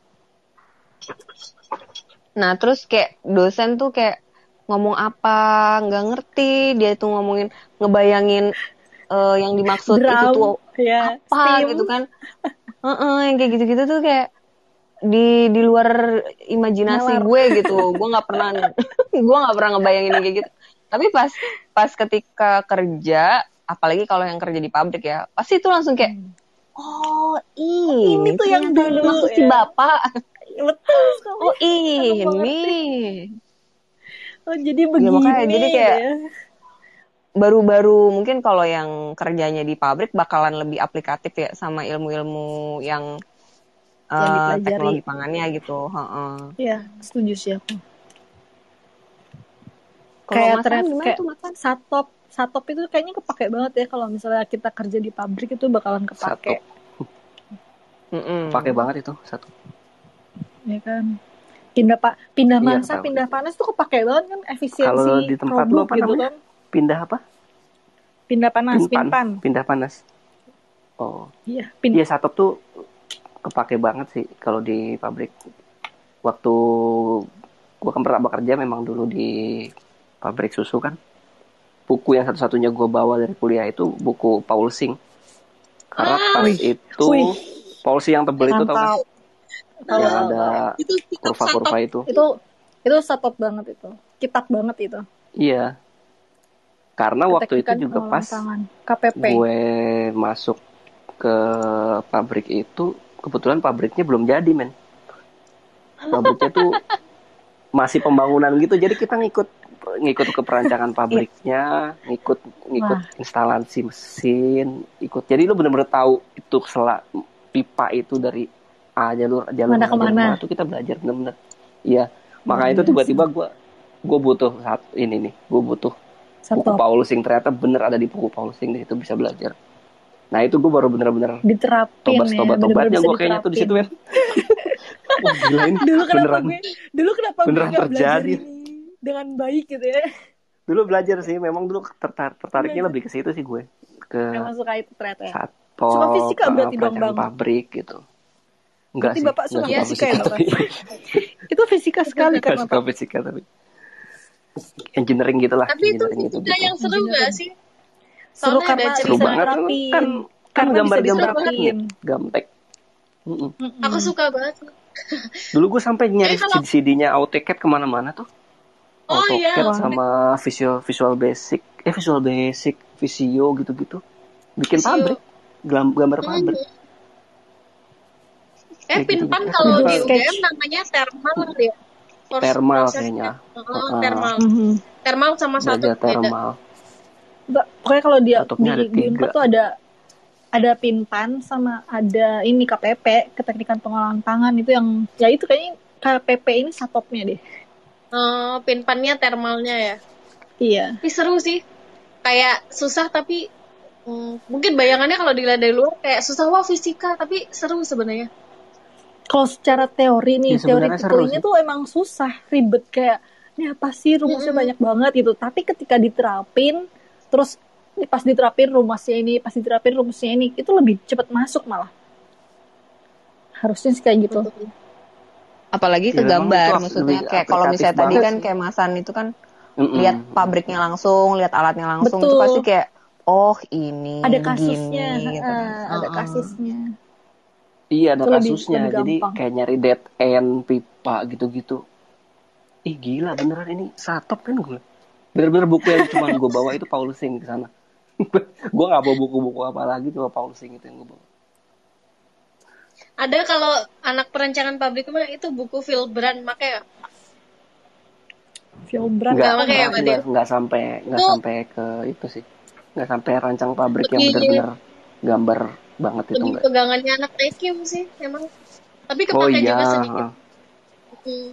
Nah terus kayak dosen tuh kayak ngomong apa, nggak ngerti. Dia tuh ngomongin, ngebayangin eh, yang dimaksud itu Drum, tuh ya, apa steam. gitu kan. Heeh, yang kayak gitu-gitu tuh kayak di di luar imajinasi Nalar. gue gitu. Gue nggak pernah gue nggak pernah ngebayangin kayak gitu. Tapi pas pas ketika kerja, apalagi kalau yang kerja di pabrik ya, pasti itu langsung kayak oh ini, Ini tuh yang ternyata dulu, dimaksud si ya. bapak. Betul sekali. Oh ini. Oh jadi begini. Ya, makanya jadi kayak gitu ya. baru-baru mungkin kalau yang kerjanya di pabrik bakalan lebih aplikatif ya sama ilmu-ilmu yang, Yang eh, dipelajari. teknologi pangannya gitu. Heeh. Iya, setuju sih aku. Kalau Kayak Mas An ternyata gimana kayak tuh, Mas An? satop, satop itu kayaknya kepake banget ya kalau misalnya kita kerja di pabrik, itu bakalan kepake. Mm-mm. Pakai banget itu satu. Ya kan. Pindah pak, pindah Iya, masa, kepake. pindah panas tuh kepake banget kan, efisiensi Kalau di tempat lu produk apa gitu namanya? kan. Pindah apa? Pindah panas, Pinpan. pinpan. Pindah panas. Oh. Iya, pin. Iya, satop tuh kepake banget sih kalau di pabrik. Waktu gua kan pernah bekerja memang dulu di pabrik susu kan. Buku yang satu-satunya gua bawa dari kuliah itu buku Paul Sing. Karena Ah, pas itu wih. Paul Sing yang tebel itu tau kan? Mantap. Tahu, Yang tahu, ada itu kitab kurva-kurva satop. itu. Itu itu satop banget itu. Kitab banget itu. Iya. Karena waktu itu Ketekikan juga pengelolaan pas pangan. K P P. gue masuk ke pabrik itu, kebetulan pabriknya belum jadi, men. Pabriknya tuh masih pembangunan gitu, jadi kita ngikut ngikut ke perancangan pabriknya, ngikut ngikut Wah. instalasi mesin, ikut. Jadi lu bener-bener tahu itu selak pipa itu dari A jalur jalur Mana jalur kemana. mana tuh kita belajar bener-bener. Iya, makanya itu biasa. tiba-tiba gue gue butuh saat ini nih, gue butuh buku Satop. Paul Sing, ternyata bener ada di buku Paul Sing, di situ bisa belajar. Nah itu gue baru bener-bener Diterapin ya. tobat-tobat-tobatnya bener-bener bisa gue kayaknya tuh di situ, diterapin. men. Wah gila ini Dulu kenapa beneran gue, dulu kenapa gue beneran nggak belajar terjadi. ini dengan baik gitu ya? Dulu belajar sih, memang dulu tertar- tertariknya Belajar. lebih ke situ sih gue. Ke Emang suka itu ternyata ya. satpol, Suka fisika uh, berarti dong, perancangan Bang. pabrik gitu. Enggak Berarti sih, Bapak suka enggak suka fisika ya, fisika Bapak? tapi Itu fisika sekali kan, enggak suka Bapak? fisika tapi engineering gitulah, Tapi itu engineering itu fisika gitu. yang seru gak sih? Seru Soalnya ada karena cerita. Seru bisa banget kan diterapin. kan, kan Karena bisa gambar-gambar diterapin. teknik, gamtek. Mm-mm. Mm-mm. Aku suka banget. Dulu gue sampai nyari Eh, kalau- C D-nya AutoCAD kemana-mana tuh. Oh iya. AutoCAD sama Visual Visual Basic, eh Visual Basic, Visio gitu-gitu. Bikin Visio. pabrik, Gam- gambar Hmm. pabrik. Eh, Kayak gitu. Pinpan kalau di U G Sketch. M namanya thermal ya. Proses- Thermal prosesnya. kayaknya. Oh, Uh-uh. thermal. Mhm. Thermal sama satu Belajar beda. thermal. Mbak, pokoknya kalau dia di, Laptopnya ada di Unpad tiga. tuh ada ada Pinpan sama ada ini K P P, keteknikan pengolahan pangan itu yang ya itu kayaknya K P P ini satopnya deh. Oh, pinpannya thermalnya ya. Iya. Tapi seru sih. Kayak susah tapi hmm, mungkin bayangannya kalau dilihat dari luar kayak susah wah fisika tapi seru sebenarnya. Kalau secara teori nih, Ya, sebenarnya seru teorinya sih. tuh emang susah, ribet kayak ini apa sih rumusnya banyak banget gitu. Tapi ketika diterapin, terus pas diterapin rumusnya ini, pas diterapin rumusnya ini, itu lebih cepat masuk malah. Harusnya sih kayak gitu. Apalagi ke Ya, memang gambar, itu maksudnya lebih kayak kalau aplikatif misalnya tadi banget kan sih. kayak Masan itu kan Mm-mm. lihat pabriknya langsung, lihat alatnya langsung, Betul. itu pasti kayak oh ini Ada begini, kasusnya, gitu eh, kan. ada Uh-uh. kasusnya. Iya ada Itu lebih- kasusnya, lebih jadi gampang. kayak nyari dead end pipa gitu-gitu. Ih gila beneran ini satop kan gue. Bener-bener buku yang cuma gue bawa itu Paulusing ke sana. Gue nggak bawa buku-buku apa lagi, cuma Paulusing itu yang gue bawa. Ada kalau anak perancangan pabrik mah itu buku Philbrand makanya Filbran Nggak, Nggak pakai ya, nggak, Pak, nggak, Dev? nggak sampai nggak Itu- sampai ke itu sih. Nggak sampai rancang pabrik yang Lebih- bener-bener gambar banget itu lebih enggak. pegangannya anak T Q sih emang. Tapi Oh kepake iya. juga sedikit. ah. Hmm.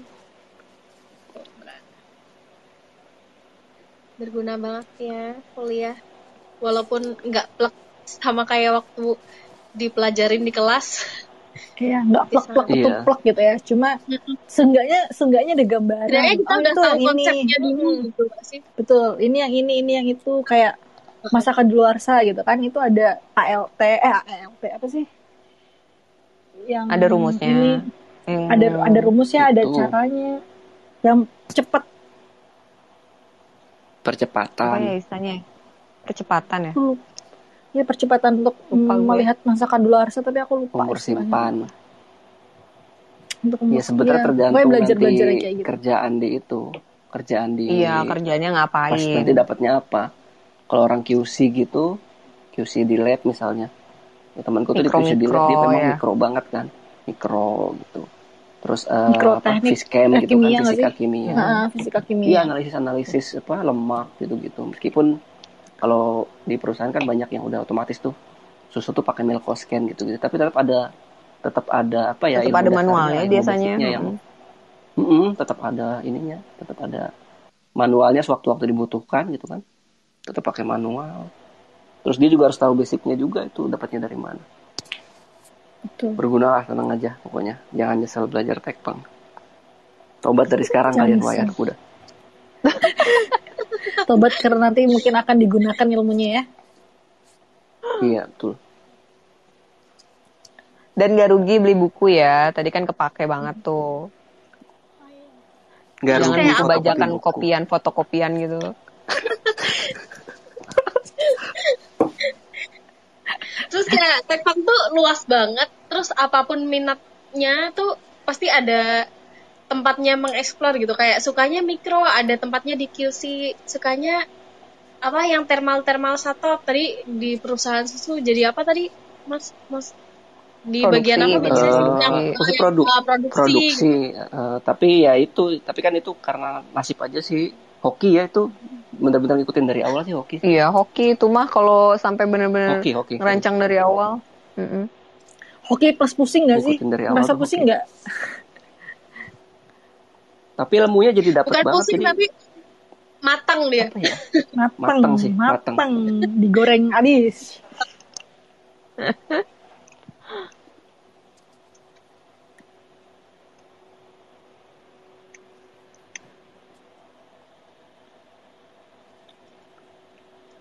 Berguna banget ya kuliah. Walaupun nggak plek sama kayak waktu dipelajarin di kelas. Iya, nggak plek-plek Iya. ketuplek gitu ya. Cuma seenggaknya seenggaknya ada gambaran. Setidaknya kita Oh, udah itu tahu yang ini. konsepnya dulu Mm-mm. gitu nggak sih? Betul, ini yang ini, ini yang itu kayak masakan daluarsa gitu kan, itu ada A L T, eh A L T apa sih? Yang Ada rumusnya. ini, Hmm. ada ada rumusnya, ada Itu. caranya, yang cepat. Apa ya Percepatan. istilahnya? Percepatan ya? Aku lupa. Ya percepatan untuk Lupa mm, gue. melihat masakan daluarsa, tapi aku lupa Umur istilahnya. simpan. Untuk umur, Ya sebenarnya iya. tergantung Pokoknya nanti belajar-belajar kayak gitu. kerjaan di itu. Kerjaan di Iya, kerjanya pas ngapain? nanti dapatnya apa. Kalau orang Q C gitu, Q C di lab misalnya. Ya, temanku tuh di Mikro, Q C di lab dia mikro, memang ya. mikro banget kan. Mikro gitu. Terus eh, Mikroteknik, apa, Fischem eh, gitu kan, kimia nggak fisika sih? kimia. Nah, fisika Iya, kimia. analisis-analisis apa lemak gitu-gitu. Meskipun kalau di perusahaan kan banyak yang udah otomatis tuh. Susu tuh pakai milkoscan gitu-gitu. Tapi tetap ada tetap ada apa ya? Tetap ilmu ada dasarnya, manualnya ilmu biasanya. basicnya yang Mm. Mm-mm, tetap ada ininya, tetap ada manualnya sewaktu-waktu dibutuhkan gitu kan. Tetap pakai manual. Terus dia juga harus tahu basicnya juga itu dapatnya dari mana. Betul. Berguna lah, tenang aja pokoknya. Jangan nyesel belajar tekpang. Tobat dari sekarang Jangan kalian nyesel. wayar kuda. Tobat karena nanti mungkin akan digunakan ilmunya ya. Iya, betul. Dan gak rugi beli buku ya. Tadi kan kepake banget tuh. Gak Jangan rugi buku fotokopi bajakan buku. kopian, fotokopian gitu. Terus kayak teknik tuh luas banget. Terus apapun minatnya tuh pasti ada tempatnya mengeksplor gitu. Kayak sukanya mikro, ada tempatnya di Q C. Sukanya apa yang thermal-thermal satop. Tadi di perusahaan susu jadi apa tadi? Mas, Mas di Produksi, bagian apa betul. biasanya sih? Eh, Yang pasti yang, produk, uh, produksi. produksi. eh, tapi ya itu, tapi kan itu karena nasib aja sih. Hoki ya itu benar-benar ngikutin dari awal sih hoki. Iya, hoki itu mah kalau sampai bener-bener Hoki, hoki. ngerancang dari awal. Mm-mm. Hoki plus pusing nggak sih? Ngikutin dari awal Merasa tuh pusing hoki. nggak? Tapi ilmunya jadi dapat Bukan banget pusing jadi tapi matang dia. apa ya? Mateng, Mateng sih, mateng. mateng, digoreng abis.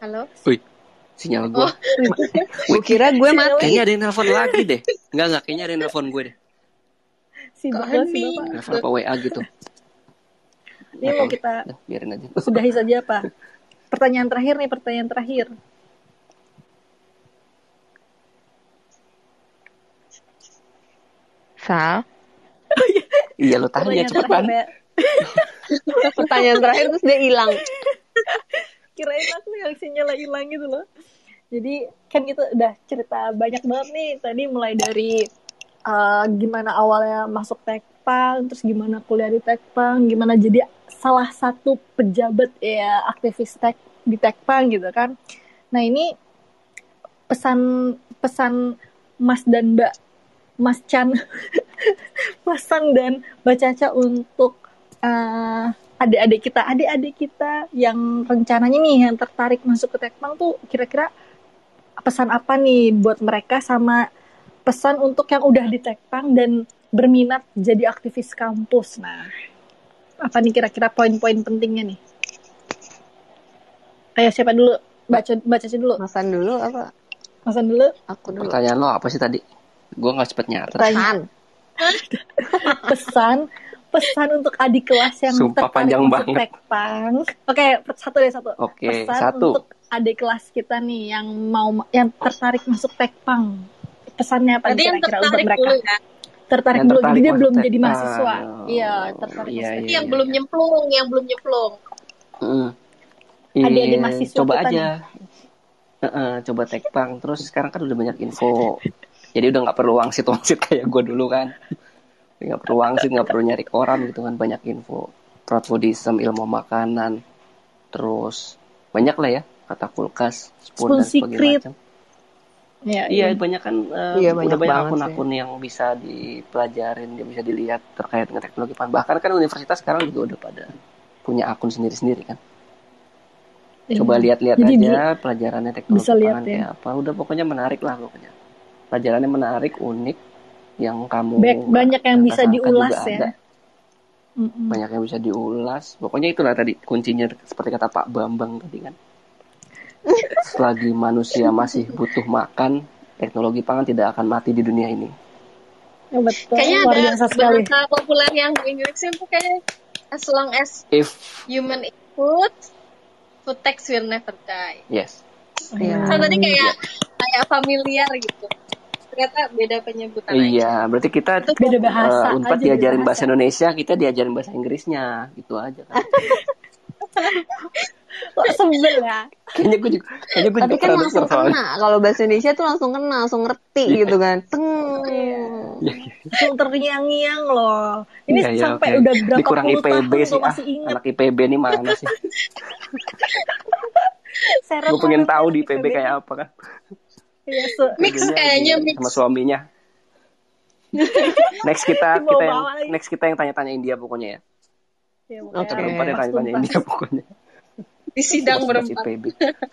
Halo? Wih, sinyal gue. Oh. Gue kira gue mati. Kayaknya ada yang nelfon lagi deh. Enggak, enggak. Kayaknya ada yang nelfon gue deh. Sibuk Kok banget sih hening? Bapak. Nelfon apa W A gitu. Ini mau kita Nah, biarin aja. sudahi saja apa? Pertanyaan terakhir nih, pertanyaan terakhir. Sal, Iya, lo tanya Pertanyaan cepetan. terakhir ya. pertanyaan terakhir terus dia hilang. Kirain aku yang sinyalnya hilang gitu loh. Jadi kan kita udah cerita banyak banget nih. Tadi mulai dari uh, gimana awalnya masuk Tekpang, terus gimana kuliah di Tekpang, gimana jadi salah satu pejabat ya aktivis Tek di Tekpang gitu kan. Nah ini pesan pesan Mas dan Mbak Mas Chan, Mas San dan Mbak Caca untuk uh, adik-adik kita, adik-adik kita yang rencananya nih yang tertarik masuk ke Tekpang tuh kira-kira pesan apa nih buat mereka sama pesan untuk yang udah di Tekpang dan berminat jadi aktivis kampus. Nah, apa nih kira-kira poin-poin pentingnya nih? Ayo siapa dulu? Baca baca dulu. Masan dulu apa? Masan dulu. Aku dulu. Pertanyaan lo apa sih tadi? Gue nggak cepet nyatet. Pertanyaan. pesan pesan untuk adik kelas yang Sumpah tertarik panjang masuk banget. Tekpang. Oke, satu deh satu. Oke, pesan satu. untuk adik kelas kita nih yang mau yang tertarik masuk Tekpang. Pesannya apa Tadi nih yang kira-kira untuk tertarik mereka? dulu ya. Tertarik Yang dulu, tertarik jadi dia masuk belum jadi Tekpang. mahasiswa. Oh, Iya, tertarik iya, masuk iya, Yang Tekpang. belum nyemplung, yang belum nyemplung. Mm. Adik-adik Iya, mahasiswa coba kita aja. Heeh, coba Tekpang. Terus sekarang kan udah banyak info. Jadi udah nggak perlu wangsit-wangsit kayak gue dulu kan. Nggak perlu wangsit, nggak perlu nyari koran gitu kan. Banyak info. Proudfoodism, ilmu makanan. Terus banyak lah ya. Kata kulkas, spoon, Spoon dan sebagainya secret. macam. Iya, Iya, iya. banyak kan. eh, Iya, udah banyak banyak banget akun-akun yang bisa dipelajarin, yang bisa dilihat terkait dengan teknologi pangan. Bahkan kan universitas sekarang juga udah pada punya akun sendiri-sendiri kan. Coba Iya. lihat-lihat Jadi aja di- pelajarannya teknologi bisa lihat pangan ya. kayak apa. Udah pokoknya menarik lah pokoknya. Pelajarannya menarik, unik, yang kamu Ba- banyak yang nggak bisa sangka diulas juga ya. ada. Mm-mm. Banyak yang bisa diulas. Pokoknya itulah tadi kuncinya seperti kata Pak Bambang tadi kan. Selagi manusia masih butuh makan, teknologi pangan tidak akan mati di dunia ini. Ya, betul. Kayaknya Luar ada biasa sekali. bahasa populer yang di Inggris itu kayak as long as If human eat food, food tax will never die. yes. Iya. Kan tadi kayak kayak familiar gitu. Ternyata beda penyebutan aja. Iya, berarti kita Beda bahasa eh, Unpad aja, beda diajarin bahasa. bahasa Indonesia, kita diajarin bahasa Inggrisnya, gitu aja kan. Kok sebel ya? Kayaknya gue juga, kayaknya gue Tapi juga kan pernah langsung denger soalnya. kena. Kalau bahasa Indonesia tuh langsung kena, langsung ngerti gitu kan. Teng. Iya, iya. Langsung terngiang-ngiang loh. Ini Iya, iya, sampai oke. udah berapa Ini kurang puluh I P B tahun sih, tuh ah. masih ingat. Anak I P B ini mana sih? Seret Gue pengen banget tahu ya di I P B kayak apa kan. Iya, se- Mix I P B-nya kayaknya lagi mix. sama suaminya. Next kita Dibawa-bawa kita yang lagi. next kita yang tanya-tanya India pokoknya ya. ya, Oke. Kita pokoknya berempat yang tanya-tanya tuntas. India pokoknya. Di sidang Bahas-bahas berempat. I P B.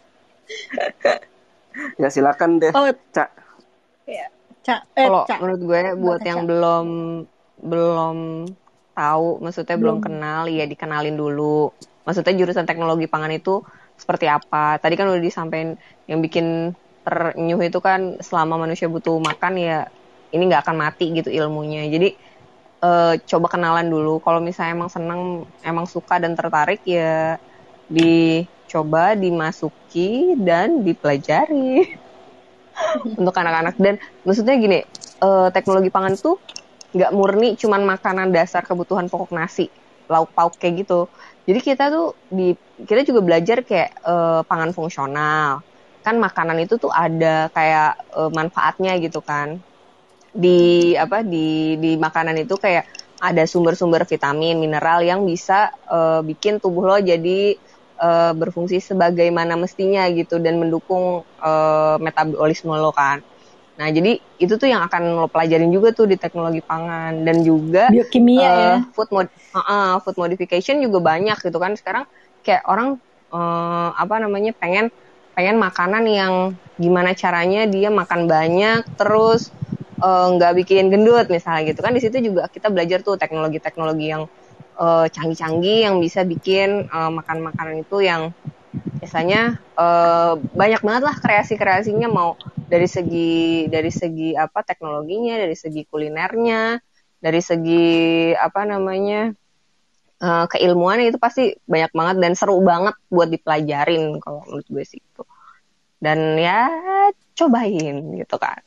Ya silakan deh, Oh, Cak. iya. Ca, eh, Kalau Ca. menurut gue buat Caca. yang belum belum tahu, maksudnya belum, Belum. kenal, ya dikenalin dulu. Maksudnya jurusan teknologi pangan itu seperti apa? Tadi kan udah disampaikan yang bikin ternyuh itu kan selama manusia butuh makan ya ini nggak akan mati gitu ilmunya. Jadi eh, coba kenalan dulu. Kalau misalnya emang seneng, emang suka dan tertarik ya dicoba, dimasuki dan dipelajari untuk anak-anak. Dan maksudnya gini, eh, teknologi pangan tuh nggak murni cuman makanan dasar kebutuhan pokok nasi, lauk pauk kayak gitu. Jadi kita tuh di kita juga belajar kayak eh, pangan fungsional. Kan makanan itu tuh ada kayak eh, manfaatnya gitu kan. Di apa di di makanan itu kayak ada sumber-sumber vitamin, mineral yang bisa eh, bikin tubuh lo jadi eh, berfungsi sebagaimana mestinya gitu dan mendukung eh, metabolisme lo kan. Nah, jadi itu tuh yang akan lo pelajarin juga tuh di teknologi pangan dan juga Biokimia eh, ya. food mod uh, uh, food modification juga banyak gitu kan. Sekarang kayak orang eh, apa namanya pengen pengen makanan yang gimana caranya dia makan banyak terus eh, nggak bikin gendut misalnya gitu kan. Di situ juga kita belajar tuh teknologi-teknologi yang eh, canggih-canggih yang bisa bikin eh, makan makanan itu yang ya biasanya uh, banyak banget lah kreasi-kreasinya, mau dari segi dari segi apa teknologinya, dari segi kulinernya, dari segi apa namanya uh, keilmuannya, itu pasti banyak banget dan seru banget buat dipelajarin kalau menurut gue sih itu. Dan ya cobain gitu kan.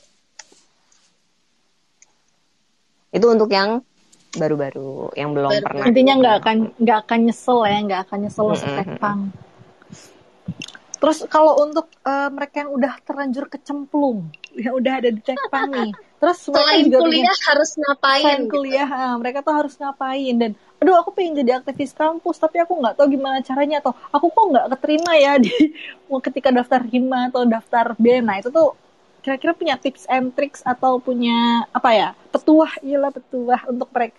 Itu untuk yang baru-baru, yang belum Baru. pernah. Intinya nggak akan nggak akan nyesel ya, nggak akan nyesel Mm-mm. setekpang. Terus kalau untuk uh, mereka yang udah terlanjur kecemplung, yang udah ada di tekpang nih, terus mereka Selain juga kuliah pengen, harus ngapain selain gitu. kuliah, ah, mereka tuh harus ngapain, dan aduh aku pengen jadi aktivis kampus tapi aku nggak tahu gimana caranya, atau aku kok nggak keterima ya di ketika daftar hima atau daftar B E M. Nah itu tuh kira-kira punya tips and tricks atau punya apa ya, petuah, iyalah petuah untuk mereka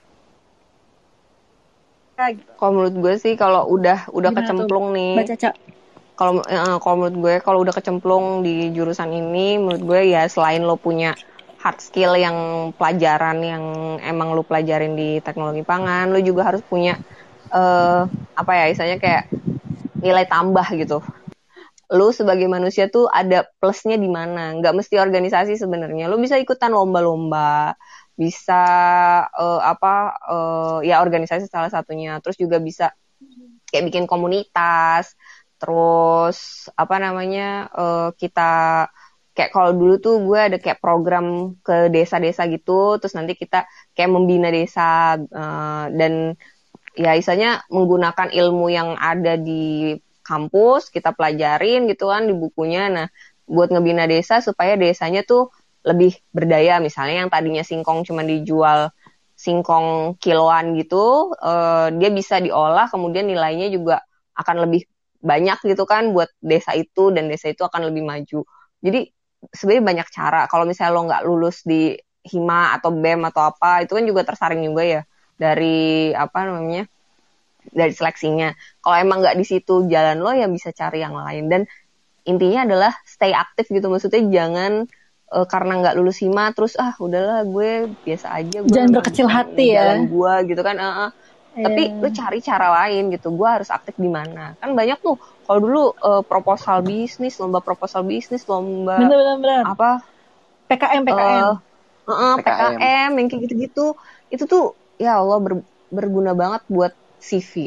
gitu. Kalau menurut gue sih kalau udah udah Gimana kecemplung tuh, nih, Mbak Caca? kalau eh, kalau menurut gue kalau udah kecemplung di jurusan ini, menurut gue ya selain lo punya hard skill yang pelajaran yang emang lo pelajarin di teknologi pangan, lo juga harus punya eh apa ya istilahnya kayak nilai tambah gitu. Lo sebagai manusia tuh ada plusnya di mana? Nggak mesti organisasi sebenarnya. Lo bisa ikutan lomba-lomba, bisa uh, apa uh, ya organisasi salah satunya. Terus juga bisa kayak bikin komunitas. Terus apa namanya uh, kita kayak kalau dulu tuh gue ada kayak program ke desa-desa gitu. Terus nanti kita kayak membina desa uh, dan ya istilahnya menggunakan ilmu yang ada di kampus, kita pelajarin gitu kan di bukunya. Nah, buat ngebina desa supaya desanya tuh lebih berdaya. Misalnya yang tadinya singkong cuma dijual singkong kiloan gitu, eh, dia bisa diolah, kemudian nilainya juga akan lebih banyak gitu kan buat desa itu, dan desa itu akan lebih maju. Jadi sebenarnya banyak cara. Kalau misalnya lo nggak lulus di hima atau B E M atau apa, itu kan juga tersaring juga ya dari apa namanya dari seleksinya. Kalau emang nggak di situ jalan lo, ya bisa cari yang lain. Dan intinya adalah stay aktif gitu. Maksudnya jangan uh, karena nggak lulus hima terus ah udahlah gue biasa aja. Gue jangan berkecil hati ya. Jalan gue gitu kan. Uh, uh. Yeah. Tapi lo cari cara lain gitu. Gue harus aktif di mana? Kan banyak tuh. Kalau dulu uh, proposal bisnis, lomba proposal bisnis, lomba bener-bener apa? P K M, P K M, uh, uh, uh, P K M, yang kayak gitu-gitu. Itu tuh ya Allah ber, berguna banget buat C V.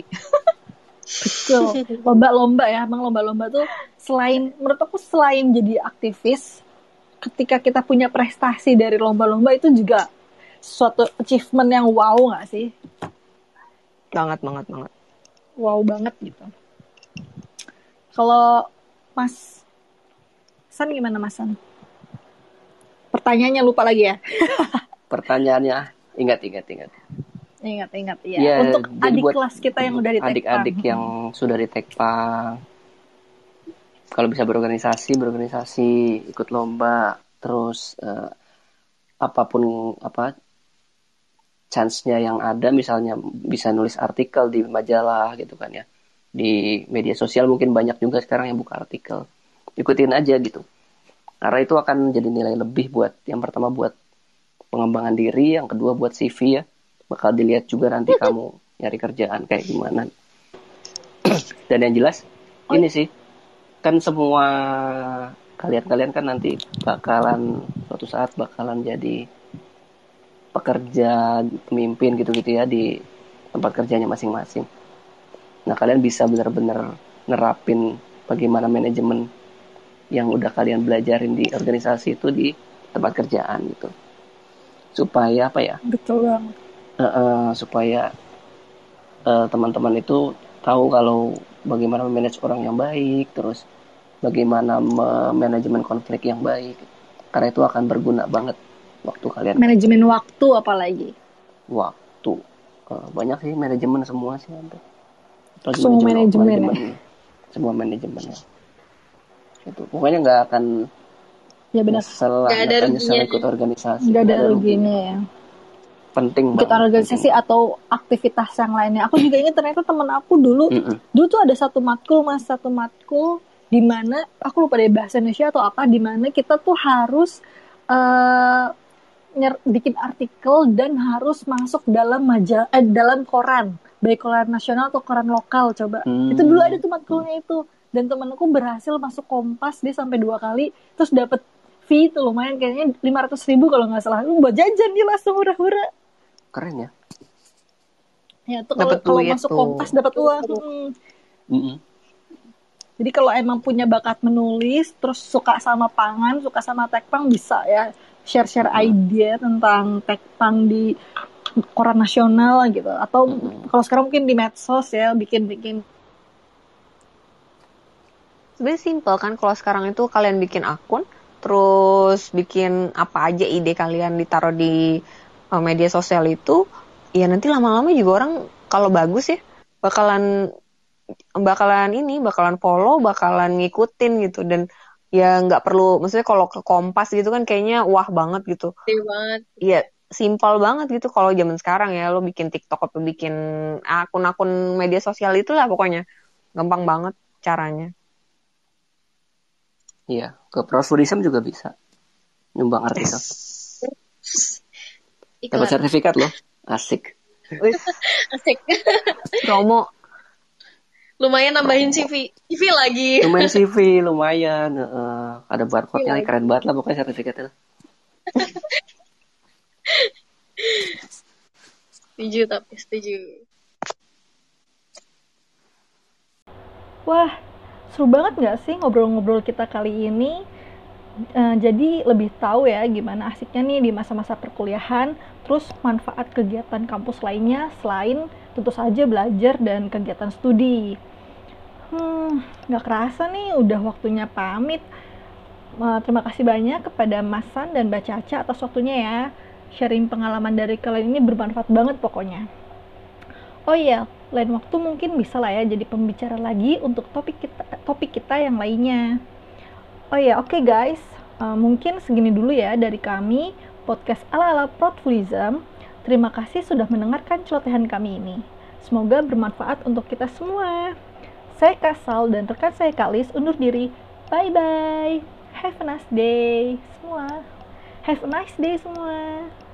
Betul. Lomba-lomba ya, emang lomba-lomba tuh selain, menurut aku selain jadi aktivis, ketika kita punya prestasi dari lomba-lomba itu juga suatu achievement yang wow nggak sih? Banget, banget, banget. Wow banget gitu. Kalau Mas San gimana Mas San? Pertanyaannya lupa lagi ya? Pertanyaannya, ingat, ingat, ingat. Ingat-ingat ya. Ya, untuk adik buat kelas kita yang udah di Tekpang. Adik-adik yang sudah di Tekpang, kalau bisa berorganisasi, berorganisasi, ikut lomba, terus uh, apapun apa chance-nya yang ada, misalnya bisa nulis artikel di majalah gitu kan ya, di media sosial mungkin banyak juga sekarang yang buka artikel, ikutin aja gitu, karena itu akan jadi nilai lebih buat yang pertama buat pengembangan diri, yang kedua buat C V ya. Bakal dilihat juga nanti kamu nyari kerjaan kayak gimana. Dan yang jelas oh. ini sih, kan semua kalian-kalian kan nanti bakalan suatu saat bakalan jadi pekerja, pemimpin gitu-gitu ya di tempat kerjanya masing-masing. Nah kalian bisa benar-benar nerapin bagaimana manajemen yang udah kalian belajarin di organisasi itu di tempat kerjaan gitu, supaya apa ya? Betul banget. Uh, uh, supaya uh, teman-teman itu tahu kalau bagaimana memanage orang yang baik, terus bagaimana manajemen konflik yang baik, karena itu akan berguna banget waktu kalian. Manajemen waktu apalagi? Waktu uh, banyak sih manajemen semua sih hampir. Semua manajemen, manajemen ya? Semua manajemennya. Itu pokoknya nggak akan ya benar. Nyesel, nggak ada nyesel ikut organisasi. Nggak ada ruginya ya. Penting ikut banget, organisasi penting. Atau aktivitas yang lainnya. Aku juga ingat ternyata teman aku dulu, Mm-mm. dulu tuh ada satu matkul mas, satu matkul di mana aku lupa deh bahasa Indonesia atau apa, di mana kita tuh harus uh, nyer- bikin artikel dan harus masuk dalam majalah, eh, dalam koran, baik koran nasional atau koran lokal. Coba, Hmm. itu dulu ada tuh matkulnya itu. Dan temanku berhasil masuk Kompas, dia sampai dua kali, terus dapet fee itu lumayan, kayaknya lima ratus ribu kalau nggak salah. Lu buat jajan dia langsung hura-hura. Keren ya. Ya tuh kalau Dapet kalau duit masuk tuh. Kompas dapat uang. Hmm. Mm-mm. Jadi kalau emang punya bakat menulis, terus suka sama pangan, suka sama tekpang, bisa ya share-share ide tentang tekpang di koran nasional gitu. Atau kalau sekarang mungkin di medsos ya, bikin-bikin. Sebenarnya simple kan kalau sekarang itu kalian bikin akun, terus bikin apa aja ide kalian ditaruh di uh, media sosial itu, ya nanti lama-lama juga orang kalau bagus ya bakalan bakalan ini, bakalan follow, bakalan ngikutin gitu. Dan ya nggak perlu, maksudnya kalau ke Kompas gitu kan kayaknya wah banget gitu. Gede banget. Iya, simpel banget gitu kalau zaman sekarang ya, lo bikin TikTok atau bikin akun-akun media sosial itulah pokoknya. Gampang banget caranya. Iya, ke Profudism juga bisa nyumbang artikel. Dapat Iklan. sertifikat loh, asik. Wis, Asik. promo. Lumayan nambahin C V. C V lagi. Lumayan C V, lumayan. heeh. Ada barcode-nya, keren banget lah pokoknya sertifikatnya. Setuju tapi setuju. Wah, seru banget nggak sih ngobrol-ngobrol kita kali ini? Uh, jadi lebih tahu ya gimana asiknya nih di masa-masa perkuliahan, terus manfaat kegiatan kampus lainnya selain tentu saja belajar dan kegiatan studi. Hmm, nggak kerasa nih udah waktunya pamit. Uh, terima kasih banyak kepada Mas San dan Mbak Caca atas waktunya ya. Sharing pengalaman dari kalian ini bermanfaat banget pokoknya. Oh iya, lain waktu mungkin bisa lah ya jadi pembicara lagi untuk topik kita, topik kita yang lainnya. Oh ya, oke okay guys, uh, mungkin segini dulu ya dari kami, podcast ala-ala Profulism. Terima kasih sudah mendengarkan celotehan kami ini. Semoga bermanfaat untuk kita semua. Saya Kasal dan rekan saya Kalis undur diri. Bye-bye. Have a nice day semua. Have a nice day semua.